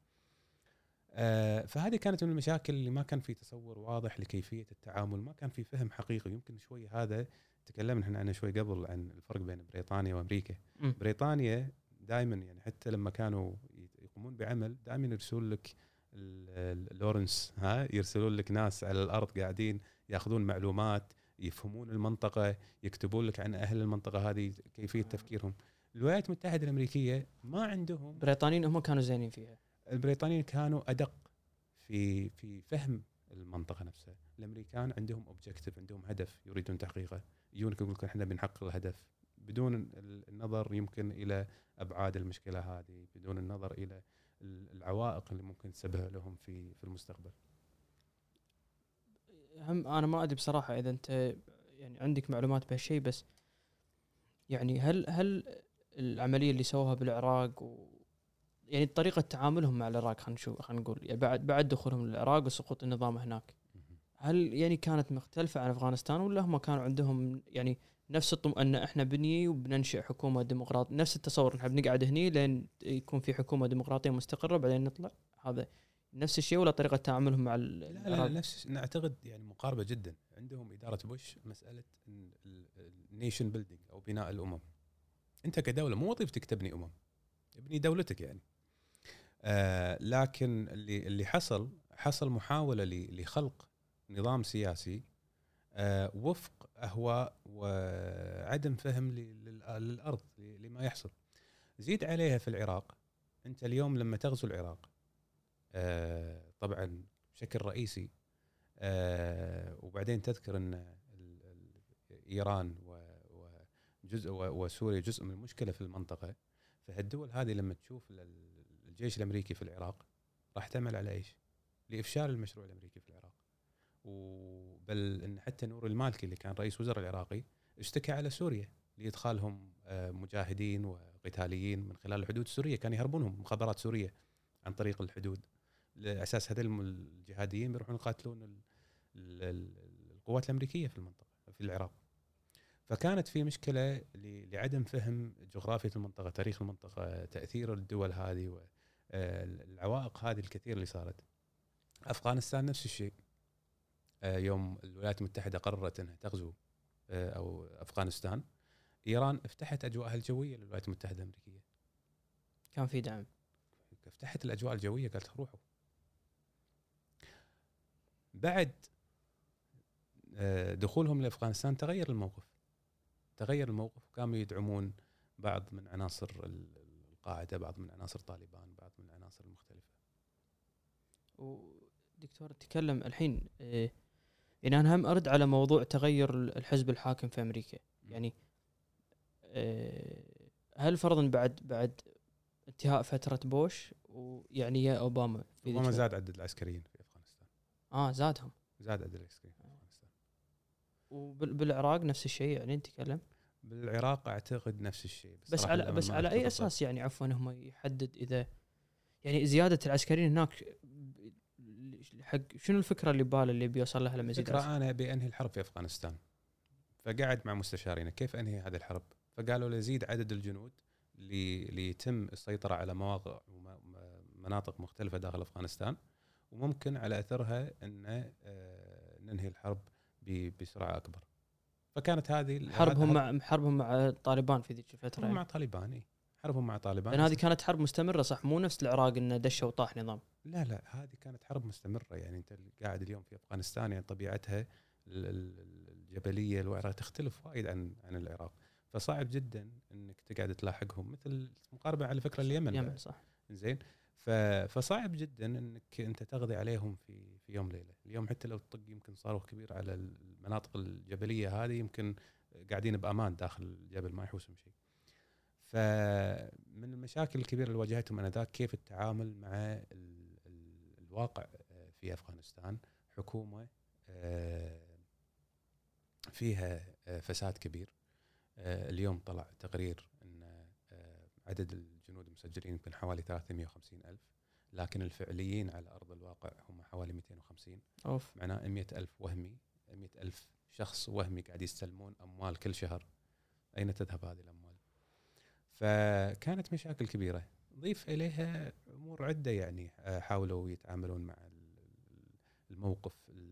آه فهذه كانت من المشاكل اللي ما كان في تصور واضح لكيفيه التعامل، ما كان في فهم حقيقي. يمكن شوي هذا تكلمنا احنا عنه شوي قبل عن الفرق بين بريطانيا وامريكا. م. بريطانيا دائما يعني حتى لما كانوا يقومون بعمل دائما يرسلون لك لورنس، ها يرسلون لك ناس على الارض قاعدين ياخذون معلومات، يفهمون المنطقه، يكتبون لك عن اهل المنطقه هذه كيفيه تفكيرهم. الولايات المتحده الامريكيه ما عندهم. البريطانيين هم كانوا زينين فيها. البريطانيين كانوا ادق في في فهم المنطقه نفسها. الامريكان عندهم اوبجكتيف، عندهم هدف يريدون تحقيقه، يجونك يقول لك احنا بنحقق الهدف بدون النظر يمكن الى ابعاد المشكله هذه، بدون النظر الى العوائق اللي ممكن تسببها لهم في في المستقبل. هم انا ما ادري بصراحه اذا انت يعني عندك معلومات بهالشيء، بس يعني هل هل العمليه اللي سووها بالعراق و يعني طريقه تعاملهم مع العراق، خلينا نشوف خلينا نقول يعني بعد بعد دخولهم للعراق وسقوط النظام هناك، هل يعني كانت مختلفه عن افغانستان، ولا هم كانوا عندهم يعني نفس الطمأنينة احنا بني وبننشئ حكومه ديمقراطيه، نفس التصور احنا بنقعد هني لين يكون في حكومه ديمقراطيه مستقره بعدين نطلع؟ هذا نفس الشيء ولا طريقه تعاملهم مع لا لا نفس نعتقد يعني مقاربه جدا. عندهم اداره بوش مساله النيشن بيلدينج او بناء الامم. انت كدوله مو وظيفتك تبني امم، ابني دولتك يعني. آه لكن اللي اللي حصل حصل محاوله لخلق نظام سياسي آه وفق اهواء وعدم فهم للارض لما يحصل. زيد عليها في العراق، انت اليوم لما تغزو العراق آه طبعا بشكل رئيسي آه وبعدين تذكر ان ايران وجزء وسوريا جزء من المشكله في المنطقه، فهالدول هذه لما تشوف الجيش الامريكي في العراق راح تعمل على ايش؟ لافشال المشروع الامريكي في العراق. وبل ان حتى نور المالكي اللي كان رئيس وزراء العراقي اشتكى على سوريا لادخالهم مجاهدين وقتاليين من خلال الحدود السوريه، كان يهربونهم مخابرات سوريه عن طريق الحدود، لاساس هذول الجهاديين بيروحون يقاتلون القوات الامريكيه في المنطقه في العراق. فكانت في مشكله لعدم فهم جغرافيه المنطقه، تاريخ المنطقه، تاثير الدول هذه والعوائق هذه الكثير اللي صارت. افغانستان نفس الشيء، يوم الولايات المتحده قررت انها تغزو او افغانستان، ايران افتحت اجواءها الجويه للولايات المتحده الامريكيه، كان في دعم، فتحت الاجواء الجويه، قالت روحوا. بعد دخولهم لافغانستان تغير الموقف تغير الموقف وكانوا يدعمون بعض من عناصر القاعده، بعض من عناصر طالبان، بعض من العناصر المختلفه. ودكتور تكلم الحين، يعني انا هم ارد على موضوع تغير الحزب الحاكم في امريكا. يعني هل فرضا بعد بعد انتهاء فتره بوش ويعني يا اوباما في اوباما زاد عدد العسكريين في افغانستان؟ اه زادهم زاد عدد العسكريين في افغانستان. وبالعراق نفس الشيء يعني نتكلم؟ بالعراق اعتقد نفس الشيء، بس على بس على اي اساس يعني عفوا هم يحدد اذا يعني زياده العسكريين هناك حق شنو الفكره اللي باله اللي بيوصل لها لما يزيد؟ الفكره انا بانهي الحرب في افغانستان، فقعد مع مستشارين كيف انهي هذه الحرب، فقالوا له يزيد عدد الجنود ليتم السيطره على مواقع ومناطق مختلفه داخل افغانستان، وممكن على اثرها ان ننهي الحرب بسرعه اكبر. فكانت هذه حربهم مع حربهم مع طالبان في ذيك الفتره، يعني. مع طالبان اي حربهم مع طالبان، لان هذه كانت حرب مستمره صح، مو نفس العراق انه دشوا وطاح نظام. لا لا هذه كانت حرب مستمره. يعني انت قاعد اليوم في افغانستان، يعني طبيعتها الجبليه الوعره تختلف وايد عن عن العراق، فصعب جدا انك تقعد تلاحقهم، مثل مقاربه على فكره اليمن. اليمن صح زين. فصعب جدا انك انت تقضي عليهم في في يوم ليله. اليوم حتى لو تطق يمكن صاروخ كبير على المناطق الجبليه هذه، يمكن قاعدين بامان داخل الجبل ما يحوسهم شيء. فمن المشاكل الكبيره اللي واجهتهم انذاك كيف التعامل مع ال ال الواقع في افغانستان، حكومه فيها فساد كبير. اليوم طلع تقرير ان عدد الجنود المسجلين يمكن حوالي ثلاثمئة وخمسين ألف، لكن الفعليين على ارض الواقع هم حوالي مئتين وخمسين. اوف، معناه مئة ألف وهمي، مئة ألف شخص وهمي قاعد يستلمون اموال كل شهر. اين تذهب هذه الاموال؟ فكانت مشاكل كبيره. ضيف اليها امور عده، يعني حاولوا يتعاملون مع الموقف،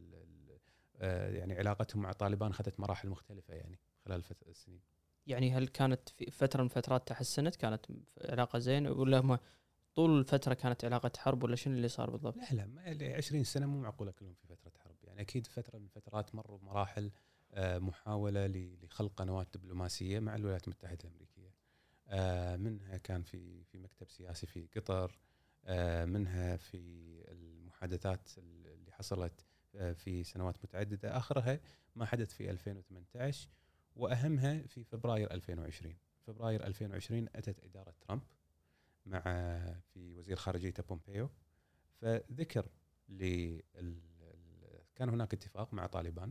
يعني علاقتهم مع طالبان خذت مراحل مختلفه يعني خلال السنين. يعني هل كانت في فتره من فترات تحسنت، كانت علاقه زين، ولا ما طول الفتره كانت علاقه حرب، ولا شنو اللي صار بالضبط؟ لا لا عشرين سنه مو معقوله كلهم في فتره حرب. يعني اكيد فتره من الفترات مروا بمراحل محاوله لخلق قنوات دبلوماسيه مع الولايات المتحده الامريكيه. منها كان في في مكتب سياسي في قطر، منها في المحادثات اللي حصلت في سنوات متعدده، اخرها ما حدث في ألفين وثمانية عشر، واهمها في فبراير ألفين وعشرين. فبراير ألفين وعشرين اتت اداره ترامب مع في وزير خارجيته بومبيو، فذكر ل كان هناك اتفاق مع طالبان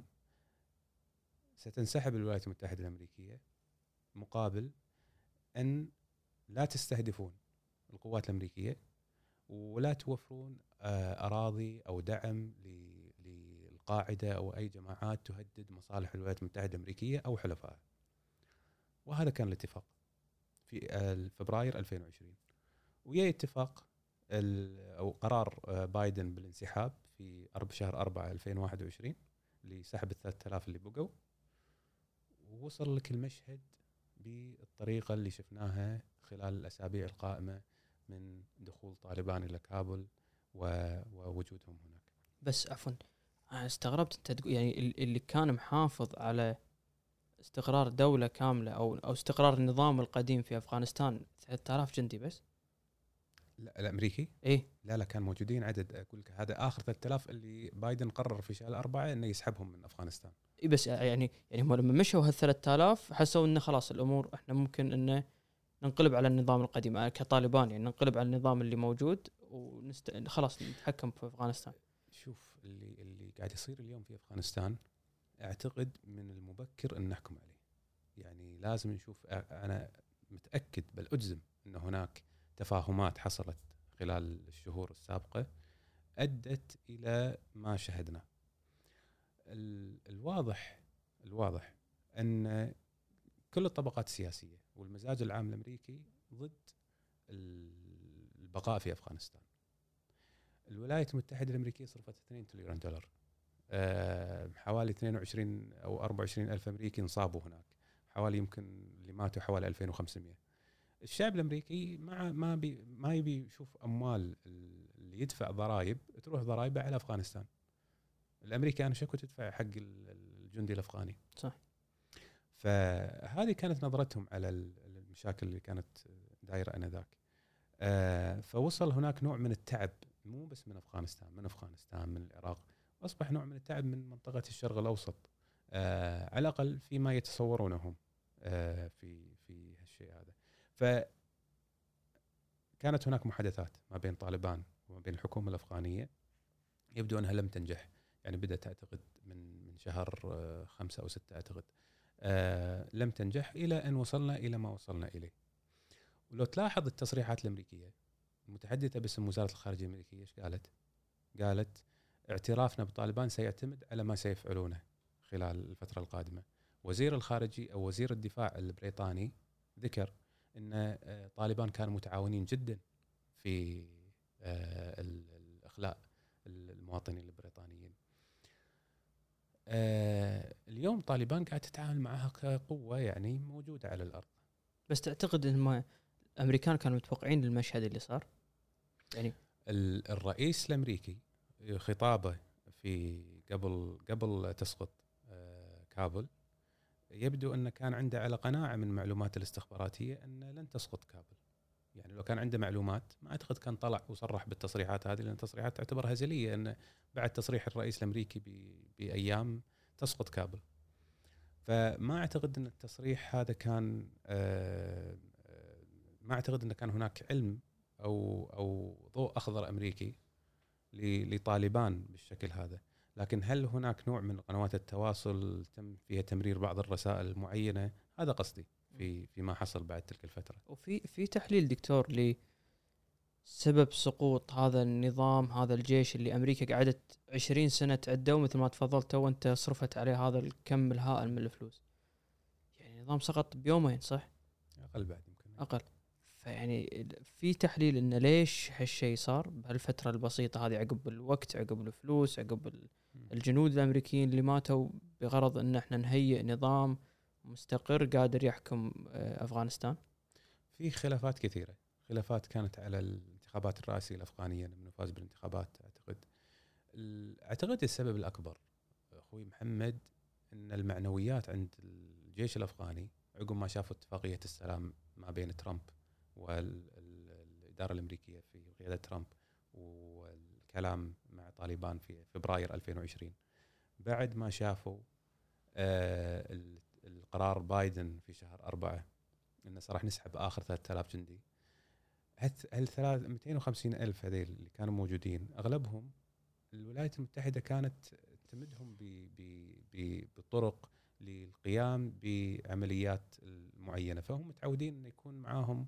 ستنسحب الولايات المتحده الامريكيه مقابل ان لا تستهدفون القوات الامريكيه ولا توفرون اراضي او دعم للقاعده او اي جماعات تهدد مصالح الولايات المتحده الامريكيه او حلفائها. وهذا كان الاتفاق في فبراير ألفين وعشرين. ويا اتفاق او قرار بايدن بالانسحاب في شهر أربعة ألفين وواحد وعشرين لسحب الثلاثة آلاف اللي بقوا، ووصل لك المشهد بالطريقه اللي شفناها خلال الاسابيع القائمه من دخول طالبان الى كابول ووجودهم هناك. بس عفوا انا استغربت انت تقول يعني اللي كان محافظ على استقرار دوله كامله او او استقرار النظام القديم في افغانستان ثلاثة آلاف جندي بس. لا الامريكي ايه لا لا كان موجودين عدد. اقول لك هذا اخر ثلاثة آلاف اللي بايدن قرر في شهر أربعة انه يسحبهم من افغانستان. اي بس يعني يعني هم لما مشوا هال ثلاثة آلاف حسوا انه خلاص الامور احنا ممكن انه ننقلب على النظام القديم كطالبان، يعني ننقلب على النظام اللي موجود ونست خلاص نتحكم في افغانستان. شوف اللي اللي قاعد يصير اليوم في افغانستان اعتقد من المبكر ان نحكم عليه. يعني لازم نشوف. انا متاكد بل اجزم ان هناك تفاهمات حصلت خلال الشهور السابقه ادت الى ما شهدنا. الواضح الواضح ان كل الطبقات السياسيه والمزاج العام الامريكي ضد البقاء في افغانستان. الولايات المتحده الامريكيه صرفت اثنين تريليون دولار، أه حوالي اثنين وعشرين او أربعة وعشرين الف امريكي انصابوا هناك، حوالي يمكن اللي ماتوا حوالي ألفين وخمسمية. الشعب الامريكي ما ما بي ما يبي يشوف اموال اللي يدفع ضرائب تروح ضرائبه على افغانستان. الامريكان شكو تدفع حق الجندي الافغاني، صح. فهذه كانت نظرتهم على المشاكل اللي كانت دايره انذاك. أه فوصل هناك نوع من التعب، مو بس من افغانستان، من افغانستان من العراق، واصبح نوع من التعب من منطقه الشرق الاوسط، أه على الاقل فيما يتصورونهم أه في في هالشيء هذا. فكانت هناك محادثات ما بين طالبان وما بين الحكومه الافغانيه، يبدو انها لم تنجح. يعني بدات اعتقد من من شهر خمسة او ستة اعتقد، أه لم تنجح الى ان وصلنا الى ما وصلنا اليه. ولو تلاحظ التصريحات الامريكيه المتحدثه باسم وزاره الخارجيه الامريكيه ايش قالت؟ قالت اعترافنا بطالبان سيعتمد على ما سيفعلونه خلال الفتره القادمه. وزير الخارجي او وزير الدفاع البريطاني ذكر ان طالبان كانوا متعاونين جدا في الاخلاء المواطنين البريطانيين. اليوم طالبان قاعد تتعامل معها كقوه يعني موجوده على الارض. بس تعتقد ان ما الامريكان كانوا متوقعين المشهد اللي صار؟ يعني الرئيس الامريكي خطابه في قبل قبل تسقط كابل يبدو انه كان عنده على قناعه من المعلومات الاستخباراتيه ان لن تسقط كابل. يعني لو كان عنده معلومات ما اعتقد كان طلع وصرح بالتصريحات هذه، لان التصريحات تعتبر هزليه، ان بعد تصريح الرئيس الامريكي بايام تسقط كابل. فما اعتقد ان التصريح هذا كان ما اعتقد ان كان هناك علم او او ضوء اخضر امريكي لطالبان بالشكل هذا. لكن هل هناك نوع من قنوات التواصل تم فيها تمرير بعض الرسائل المعينه؟ هذا قصدي في فيما حصل بعد تلك الفتره. وفي في تحليل دكتور لسبب سقوط هذا النظام، هذا الجيش اللي امريكا قعدت عشرين سنه تعده، ومثل ما تفضلت وانت صرفت عليه هذا الكم الهائل من الفلوس. يعني النظام سقط بيومين صح؟ اقل بعد يمكن اقل. فيعني في تحليل انه ليش هالشيء صار بهالفتره البسيطه هذه، عقب الوقت، عقب الفلوس، عقب الجنود الامريكيين اللي ماتوا بغرض ان احنا نهيئ نظام مستقر قادر يحكم افغانستان. في خلافات كثيره، خلافات كانت على الانتخابات الرئاسيه الافغانيه لما فاز بالانتخابات. اعتقد اعتقد السبب الاكبر اخوي محمد ان المعنويات عند الجيش الافغاني عقب ما شافوا اتفاقيه السلام ما بين ترامب والإدارة الأمريكية في قيادة ترامب والكلام مع طالبان في فبراير ألفين وعشرين، بعد ما شافوا آه القرار بايدن في شهر أربعة إنه راح نسحب آخر ثلاثة آلاف جندي. هل مئتين وخمسين ألف هذيل اللي كانوا موجودين أغلبهم الولايات المتحدة كانت تمدهم بطرق للقيام بعمليات معينة، فهم متعودين أن يكون معاهم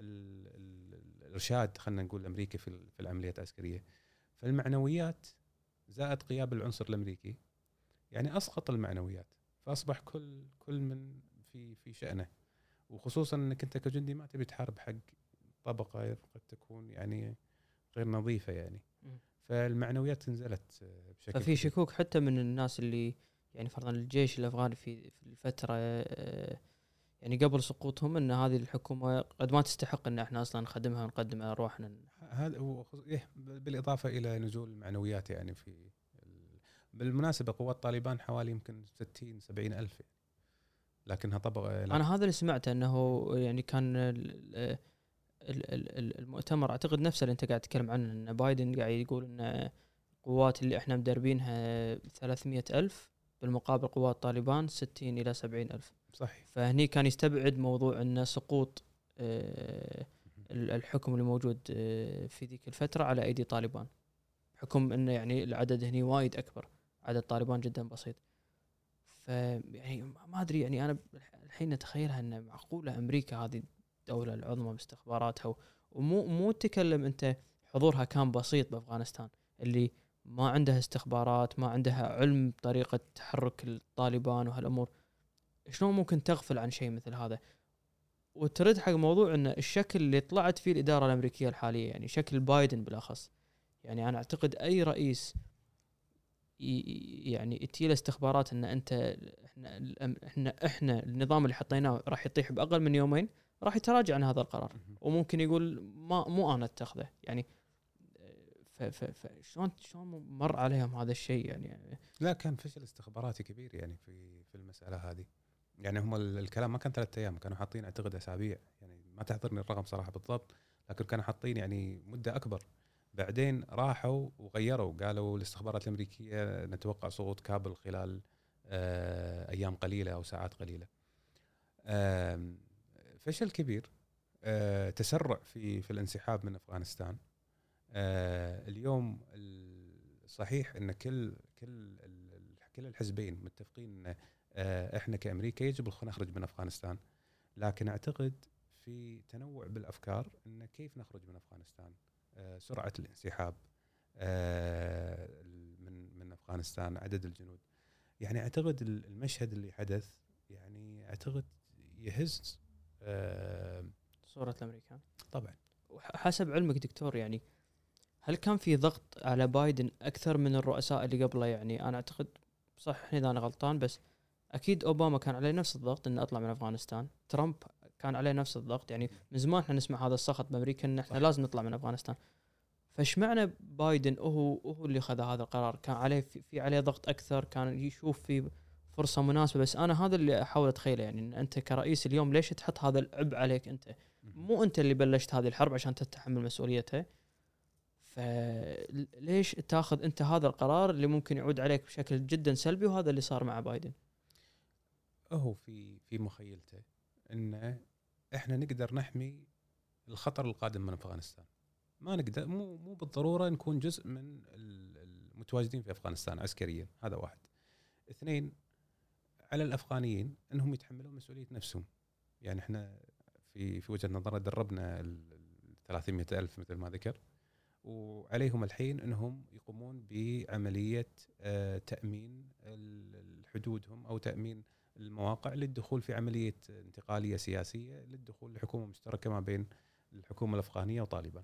الإرشاد خلنا نقول الأمريكي في في العمليات العسكرية. فالمعنويات زائد غياب العنصر الأمريكي يعني أسقط المعنويات، فأصبح كل كل من في في شأنه. وخصوصا أنك أنت كجندي ما تبي تحارب حق طبقة قد تكون يعني غير نظيفة يعني، فالمعنويات نزلت بشكل ففي شكوك حتى من الناس اللي يعني فرضا الجيش الأفغاني في في الفترة يعني قبل سقوطهم ان هذه الحكومه قد ما تستحق ان احنا اصلا نخدمها ونقدم ارواحنا. هذا بالاضافه الى نزول المعنويات يعني في بالمناسبه قوات طالبان حوالي يمكن ستين سبعين الف، لكنها طبقه. انا هذا اللي سمعته انه يعني كان المؤتمر اعتقد نفسه اللي انت قاعد تتكلم عنه، ان بايدن قاعد يقول ان القوات اللي احنا مدربينها ثلاثمية ألف بالمقابل قوات طالبان ستين إلى سبعين ألف. صحيح. فهني كان يستبعد موضوع أن سقوط الحكم اللي موجود في ذيك الفترة على أيدي طالبان، حكم أنه يعني العدد هني وايد أكبر، عدد طالبان جدا بسيط. فيعني ما أدري يعني أنا الحين نتخيلها ان معقوله امريكا هذه الدوله العظمى باستخباراتها، ومو مو تكلم انت حضورها كان بسيط بافغانستان، اللي ما عندها استخبارات، ما عندها علم بطريقه تحرك الطالبان وهالامور، شلون ممكن تغفل عن شيء مثل هذا؟ وترد حق موضوع ان الشكل اللي طلعت فيه الاداره الامريكيه الحاليه، يعني شكل بايدن بالاخص، يعني انا اعتقد اي رئيس يعني تجي له استخبارات ان انت احنا احنا احنا النظام اللي حطيناه راح يطيح باقل من يومين، راح يتراجع عن هذا القرار، وممكن يقول ما مو انا اتخذه يعني. فشلون شلون مر عليهم هذا الشيء يعني؟ لا، كان فشل استخباراتي كبير يعني في في المساله هذه. يعني هم الكلام ما كان ثلاثة ايام، كانوا حاطين اعتقد اسابيع، يعني ما تحضرني الرقم صراحه بالضبط، لكن كانوا حاطين يعني مده اكبر. بعدين راحوا وغيروا، قالوا الاستخبارات الامريكيه نتوقع سقوط كابل خلال آه ايام قليله او ساعات قليله. آه فشل كبير. آه تسرع في في الانسحاب من افغانستان. آه اليوم صحيح ان كل كل كل الحزبين متفقين ان آه احنا كامريكا يجب نخرج من افغانستان، لكن اعتقد في تنوع بالافكار ان كيف نخرج من افغانستان، آه سرعه الانسحاب آه من من افغانستان، عدد الجنود. يعني اعتقد المشهد اللي حدث يعني اعتقد يهز آه صوره الامريكان طبعا. حسب علمك دكتور، يعني هل كان في ضغط على بايدن اكثر من الرؤساء اللي قبله؟ يعني انا اعتقد، صح اذا انا غلطان، بس اكيد اوباما كان عليه نفس الضغط انه اطلع من افغانستان، ترامب كان عليه نفس الضغط، يعني من زمان احنا نسمع هذا السخط بامريكا ان احنا صح. لازم نطلع من افغانستان. فايش معنى بايدن هو هو اللي خذ هذا القرار؟ كان عليه في, في عليه ضغط اكثر، كان يشوف في فرصه مناسبه؟ بس انا هذا اللي احاول اتخيله، يعني ان انت كرئيس اليوم ليش تحط هذا العبء عليك انت؟ مو انت اللي بلشت هذه الحرب عشان تتحمل مسؤوليتها، فليش تاخذ انت هذا القرار اللي ممكن يعود عليك بشكل جدا سلبي؟ وهذا اللي صار مع بايدن. هو في في مخيلته ان احنا نقدر نحمي الخطر القادم من افغانستان، ما نقدر مو مو بالضروره نكون جزء من المتواجدين في افغانستان عسكريا. هذا واحد. اثنين، على الافغانيين انهم يتحملون مسؤوليه نفسهم. يعني احنا في في وجهه نظرنا دربنا ال ثلاثمئة ألف مثل ما ذكر، وعليهم الحين انهم يقومون بعمليه تامين حدودهم او تامين المواقع للدخول في عمليه انتقاليه سياسيه للدخول لحكومه مشتركه ما بين الحكومه الافغانيه وطالبان.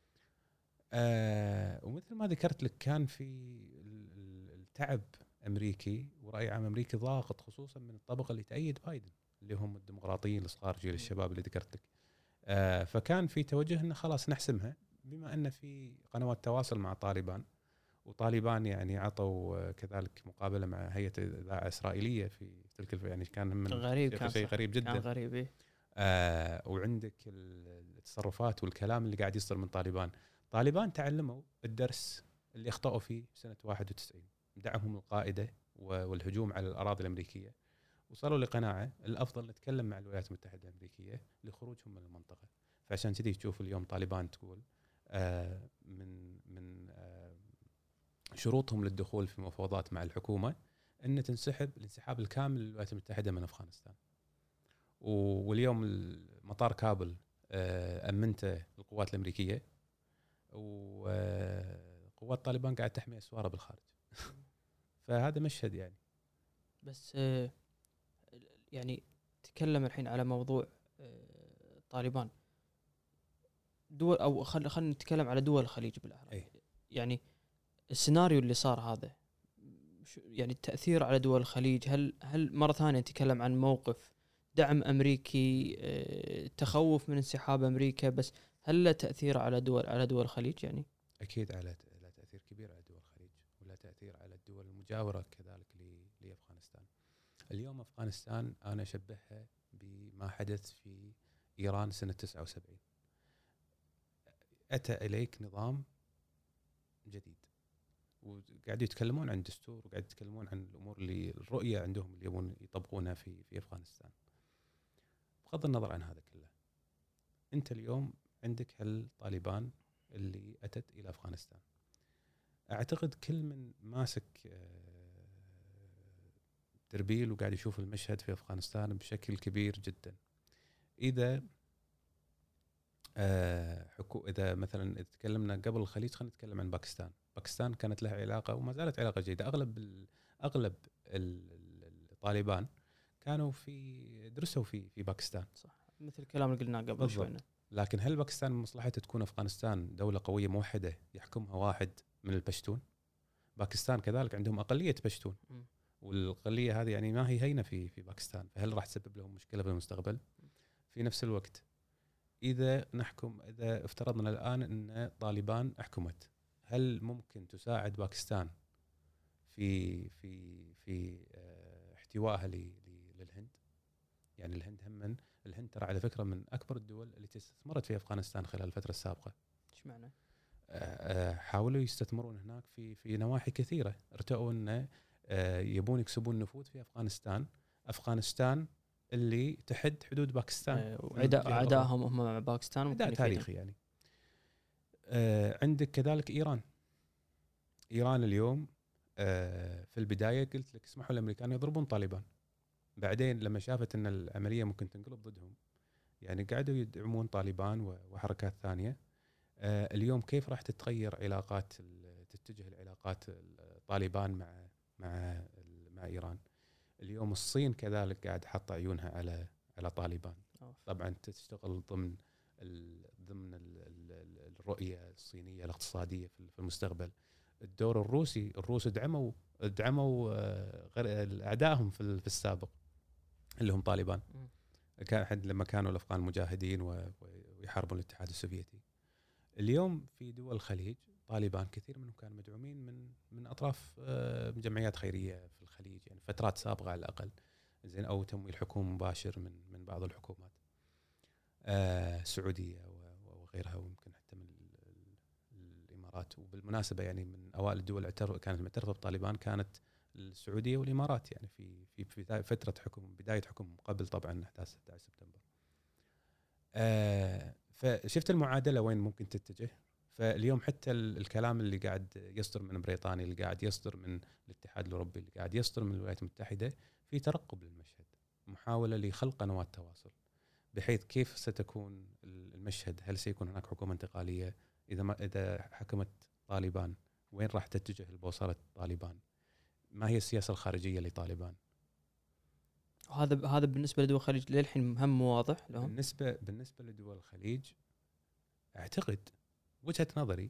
آه ومثل ما ذكرت لك كان في التعب امريكي وراي عام امريكي ضاغط، خصوصا من الطبقه اللي تأيد بايدن اللي هم الديمقراطيين الصغار، جيل الشباب اللي ذكرت لك. آه فكان في توجه انه خلاص نحسمها، بما ان في قنوات تواصل مع طالبان، وطالبان يعني عطوا كذلك مقابله مع هيئه اذاعه اسرائيليه في تلك، يعني كان من غريب، كان شيء غريب جدا، كان غريب إيه؟ آه وعندك التصرفات والكلام اللي قاعد يصدر من طالبان. طالبان تعلموا الدرس اللي اخطأوا فيه سنه واحد وتسعين، دعمهم القاعده والهجوم على الاراضي الامريكيه، وصلوا لقناعه الافضل نتكلم مع الولايات المتحده الامريكيه لخروجهم من المنطقه. فعشان كذي تشوف اليوم طالبان تقول آه من من آه شروطهم للدخول في مفاوضات مع الحكومه ان تنسحب الانسحاب الكامل للولايات المتحده من افغانستان. واليوم مطار كابل امنته القوات الامريكيه، وقوات طالبان قاعده تحمي اسوارها بالخارج. فهذا مشهد يعني. بس يعني تكلم الحين على موضوع طالبان، دول او خل خلينا نتكلم على دول الخليج بالاحرى. أي. يعني السيناريو اللي صار هذا، يعني التأثير على دول الخليج، هل هل مرة ثانية نتكلم عن موقف دعم أمريكي، تخوف من انسحاب أمريكا، بس هل له تأثير على دول على دول الخليج؟ يعني أكيد على له تأثير كبير على دول الخليج، ولا تأثير على الدول المجاورة كذلك لأفغانستان. اليوم أفغانستان أنا أشبهها بما حدث في إيران سنة تسعة وسبعين. أتى إليك نظام جديد، وقاعد يتكلمون عن دستور، وقاعد يتكلمون عن الامور اللي الرؤيه عندهم اللي يبون يطبقونها في في افغانستان. بغض النظر عن هذا كله، انت اليوم عندك هالطالبان اللي اتت الى افغانستان. اعتقد كل من ماسك تربيل وقاعد يشوف المشهد في أفغانستان بشكل كبير جدا. إذا آه حكو إذا مثلا إذا تكلمنا قبل الخليج، خلينا نتكلم عن باكستان. باكستان كانت لها علاقة وما زالت علاقة جيدة. أغلب ال أغلب الطالبان كانوا في درسوا في في باكستان. صح، مثل الكلام اللي قلناه قبل شوي. لكن هل باكستان من مصلحتها تكون أفغانستان دولة قوية موحدة يحكمها واحد من البشتون؟ باكستان كذلك عندهم أقلية بشتون، م. والأقلية هذه يعني ما هي هينة في في باكستان، فهل راح تسبب لهم مشكلة في المستقبل؟ في نفس الوقت إذا نحكم إذا افترضنا الآن أن طالبان أحكمت، هل ممكن تساعد باكستان في في في اه احتوائها للهند؟ يعني الهند هم الهند ترى على فكرة من أكبر الدول اللي استثمرت في أفغانستان خلال الفترة السابقة. إيش معنى؟ اه حاولوا يستثمرون هناك في في نواحي كثيرة، ارتأوا أن اه يبون يكسبون نفوذ في أفغانستان. أفغانستان اللي تحد حدود باكستان، أه وعداء عداهم هم مع باكستان عداء تاريخي يعني. أه عندك كذلك إيران. إيران اليوم أه في البداية قلت لك اسمحوا للأمريكان يضربون طالبان، بعدين لما شافت أن العملية ممكن تنقلب ضدهم يعني قعدوا يدعمون طالبان وحركات ثانية. أه اليوم كيف راح تتغير علاقات تتجه العلاقات طالبان مع مع مع إيران؟ اليوم الصين كذلك قاعد حاطه عيونها على على طالبان. طبعا تشتغل ضمن ال ضمن ال ال الرؤيه الصينيه الاقتصاديه في المستقبل. الدور الروسي الروس دعموا دعموا اعدائهم في في السابق اللي هم طالبان، كان حد لما كانوا الافغان مجاهدين ويحاربون الاتحاد السوفيتي. اليوم في دول الخليج طالبان كثير منهم كانوا مدعومين من من اطراف جمعيات خيريه في الخليج، يعني فترات سابقه على الاقل، زين، او تمويل حكومي مباشر من من بعض الحكومات آه السعوديه وغيرها، ويمكن حتى من الامارات. وبالمناسبه يعني من اوائل الدول اللي كانت معترفه بالطالبان كانت السعوديه والامارات، يعني في في في فتره حكم بدايه حكم قبل طبعا احداث ستة عشر سبتمبر. آه فشفت المعادله وين ممكن تتجه. فاليوم حتى الكلام اللي قاعد يصدر من بريطانيا، اللي قاعد يصدر من الاتحاد الاوروبي، اللي قاعد يصدر من الولايات المتحده، في ترقب للمشهد، محاوله لخلق قنوات تواصل بحيث كيف ستكون المشهد. هل سيكون هناك حكومه انتقاليه؟ اذا ما اذا حكمت طالبان وين راح تتجه البوصله طالبان؟ ما هي السياسه الخارجيه لطالبان؟ وهذا هذا بالنسبه لدول الخليج للحين هم واضح لهم. بالنسبه بالنسبه لدول الخليج اعتقد وجهة نظري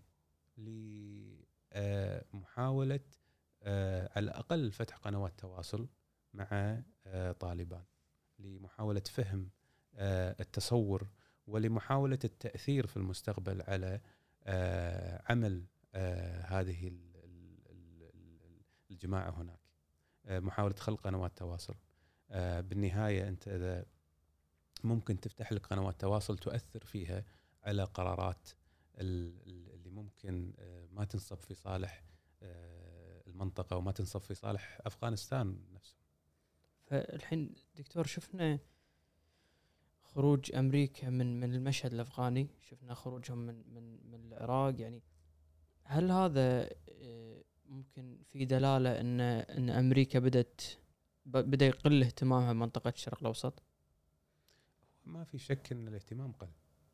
لمحاولة على الأقل فتح قنوات تواصل مع طالبان، لمحاولة فهم التصور ولمحاولة التأثير في المستقبل على عمل هذه الجماعة هناك، محاولة خلق قنوات تواصل. بالنهاية أنت إذا ممكن تفتح لك قنوات تواصل تؤثر فيها على قرارات اللي ممكن ما تنصب في صالح المنطقة وما تنصب في صالح أفغانستان نفسه. فالحين دكتور شفنا خروج أمريكا من من المشهد الأفغاني، شفنا خروجهم من من من العراق، يعني هل هذا ممكن في دلالة أن أن أمريكا بدأت بدأ يقل اهتمامها بمنطقة الشرق الأوسط؟ ما في شك أن الاهتمام قل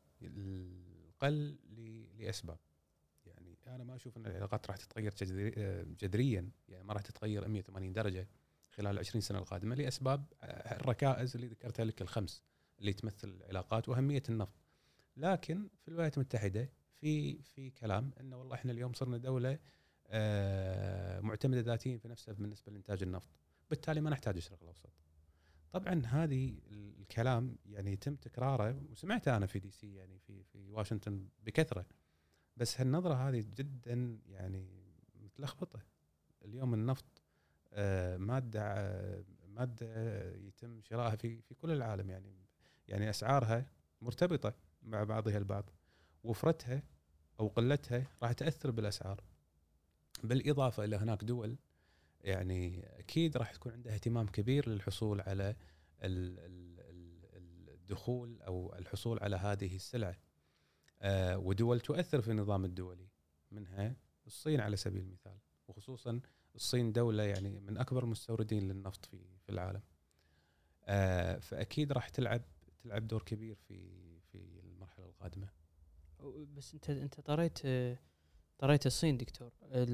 قل لأسباب. يعني أنا ما أشوف أن العلاقات راح تتغير جذريا، يعني ما راح تتغير مية وثمانين درجة خلال العشرين سنة القادمة، لأسباب الركائز اللي ذكرتها لك الخمس اللي تمثل العلاقات وأهمية النفط. لكن في الولايات المتحدة في في كلام إنه والله إحنا اليوم صرنا دولة معتمدة ذاتيا في نفسها بالنسبة لإنتاج النفط، بالتالي ما نحتاج الشرق الأوسط. طبعا هذه الكلام يعني يتم تكراره وسمعته أنا في دي سي، يعني في في واشنطن بكثرة، بس هالنظرة هذه جدا يعني متلخبطة. اليوم النفط مادة مادة يتم شرائها في في كل العالم، يعني يعني أسعارها مرتبطة مع بعضها البعض، وفرتها أو قلتها راح تأثر بالأسعار. بالإضافة إلى هناك دول يعني أكيد راح تكون عندها اهتمام كبير للحصول على الدخول أو الحصول على هذه السلعة، ودول تؤثر في النظام الدولي، منها الصين على سبيل المثال، وخصوصا الصين دولة يعني من أكبر المستوردين للنفط في في العالم. آه فأكيد راح تلعب تلعب دور كبير في في المرحلة القادمة. بس أنت أنت طريت طريت الصين دكتور،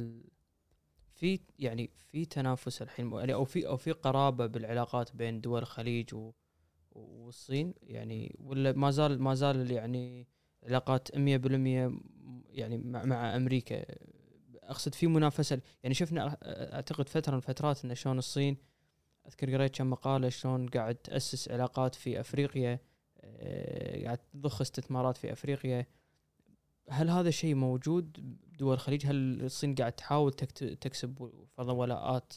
في يعني في تنافس الحين يعني أو في أو في قرابة بالعلاقات بين دول الخليج و والصين يعني، ولا ما زال ما زال يعني علاقات مية بالمية يعني مع, مع أمريكا؟ أقصد في منافسة يعني. شفنا أعتقد فترة من فترات إن شلون الصين، أذكر قريت كم مقالة شلون قاعد تأسس علاقات في أفريقيا، قاعد تضخ استثمارات في أفريقيا. هل هذا الشيء موجود بدول الخليج؟ هل الصين قاعد تحاول تكسب فرضا ولاءات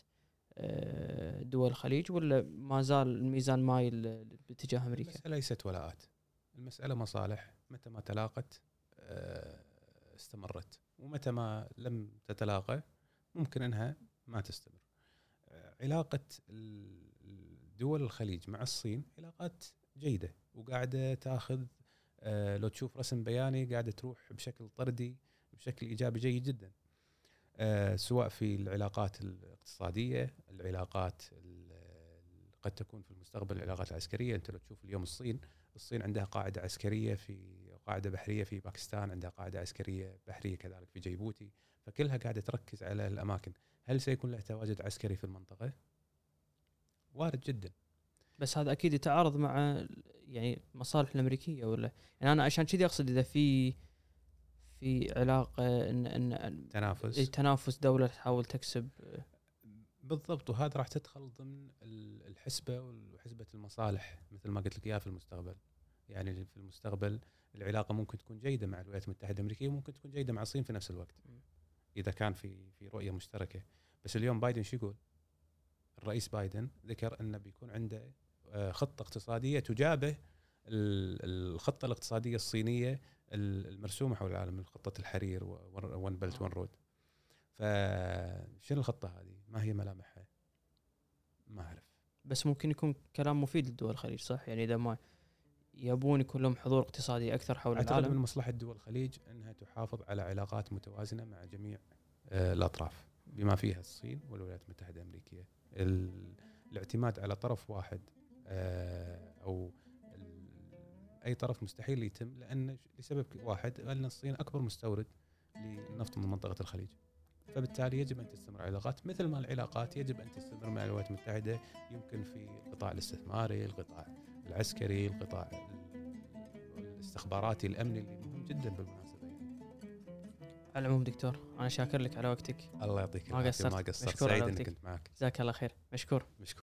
دول الخليج، ولا ما زال الميزان مايل باتجاه أمريكا؟ المسألة ليست ولاءات، المسألة مصالح. متى ما تلاقت استمرت، ومتى ما لم تتلاقى ممكن أنها ما تستمر. علاقة دول الخليج مع الصين علاقات جيدة وقاعدة تأخذ، لو تشوف رسم بياني قاعدة تروح بشكل طردي بشكل إيجابي جيد جدا، سواء في العلاقات الاقتصادية، العلاقات قد تكون في المستقبل العلاقات العسكرية. أنت لو تشوف اليوم الصين الصين عندها قاعدة عسكرية في قاعدة بحرية في باكستان، عندها قاعدة عسكرية بحرية كذلك في جيبوتي، فكلها قاعدة تركز على الأماكن. هل سيكون له تواجد عسكري في المنطقة؟ وارد جدا، بس هذا أكيد يتعارض مع يعني مصالح الأمريكية، ولا يعني أنا عشان كذي أقصد إذا في في علاقة إن إن تنافس تنافس دولة تحاول تكسب بالضبط. وهذا راح تدخل ضمن الحسبة وحسبة المصالح مثل ما قلت لك إياها في المستقبل. يعني في المستقبل العلاقة ممكن تكون جيدة مع الولايات المتحدة الأمريكية وممكن تكون جيدة مع الصين في نفس الوقت إذا كان في في رؤية مشتركة. بس اليوم بايدن شو يقول؟ الرئيس بايدن ذكر أنه بيكون عنده خطة اقتصادية تجابه الخطة الاقتصادية الصينية المرسومة حول العالم، خطة الحرير وون بلت وون رود. فشنو الخطة هذه؟ ما هي ملامحها؟ ما أعرف. بس ممكن يكون كلام مفيد للدول الخليج صح؟ يعني إذا ما يبون يكون لهم حضور اقتصادي أكثر حول أعتقد العالم، من مصلحة دول الخليج أنها تحافظ على علاقات متوازنة مع جميع الأطراف بما فيها الصين والولايات المتحدة الأمريكية. الاعتماد على طرف واحد أو أي طرف مستحيل يتم، لأن لسبب واحد، أن الصين أكبر مستورد للنفط من منطقة الخليج، فبالتالي يجب أن تستمر علاقات مثل ما العلاقات يجب أن تستمر مع الولايات المتحدة، يمكن في القطاع الاستثماري، القطاع العسكري، القطاع الاستخباراتي، الأمني اللي مهم جدا بالمناسبة. على العموم دكتور أنا شاكر لك على وقتك. الله يعطيك العافية، ما قصرت، سعيد أنك كنت معك. جزاك الله خير. مشكور. مشكور.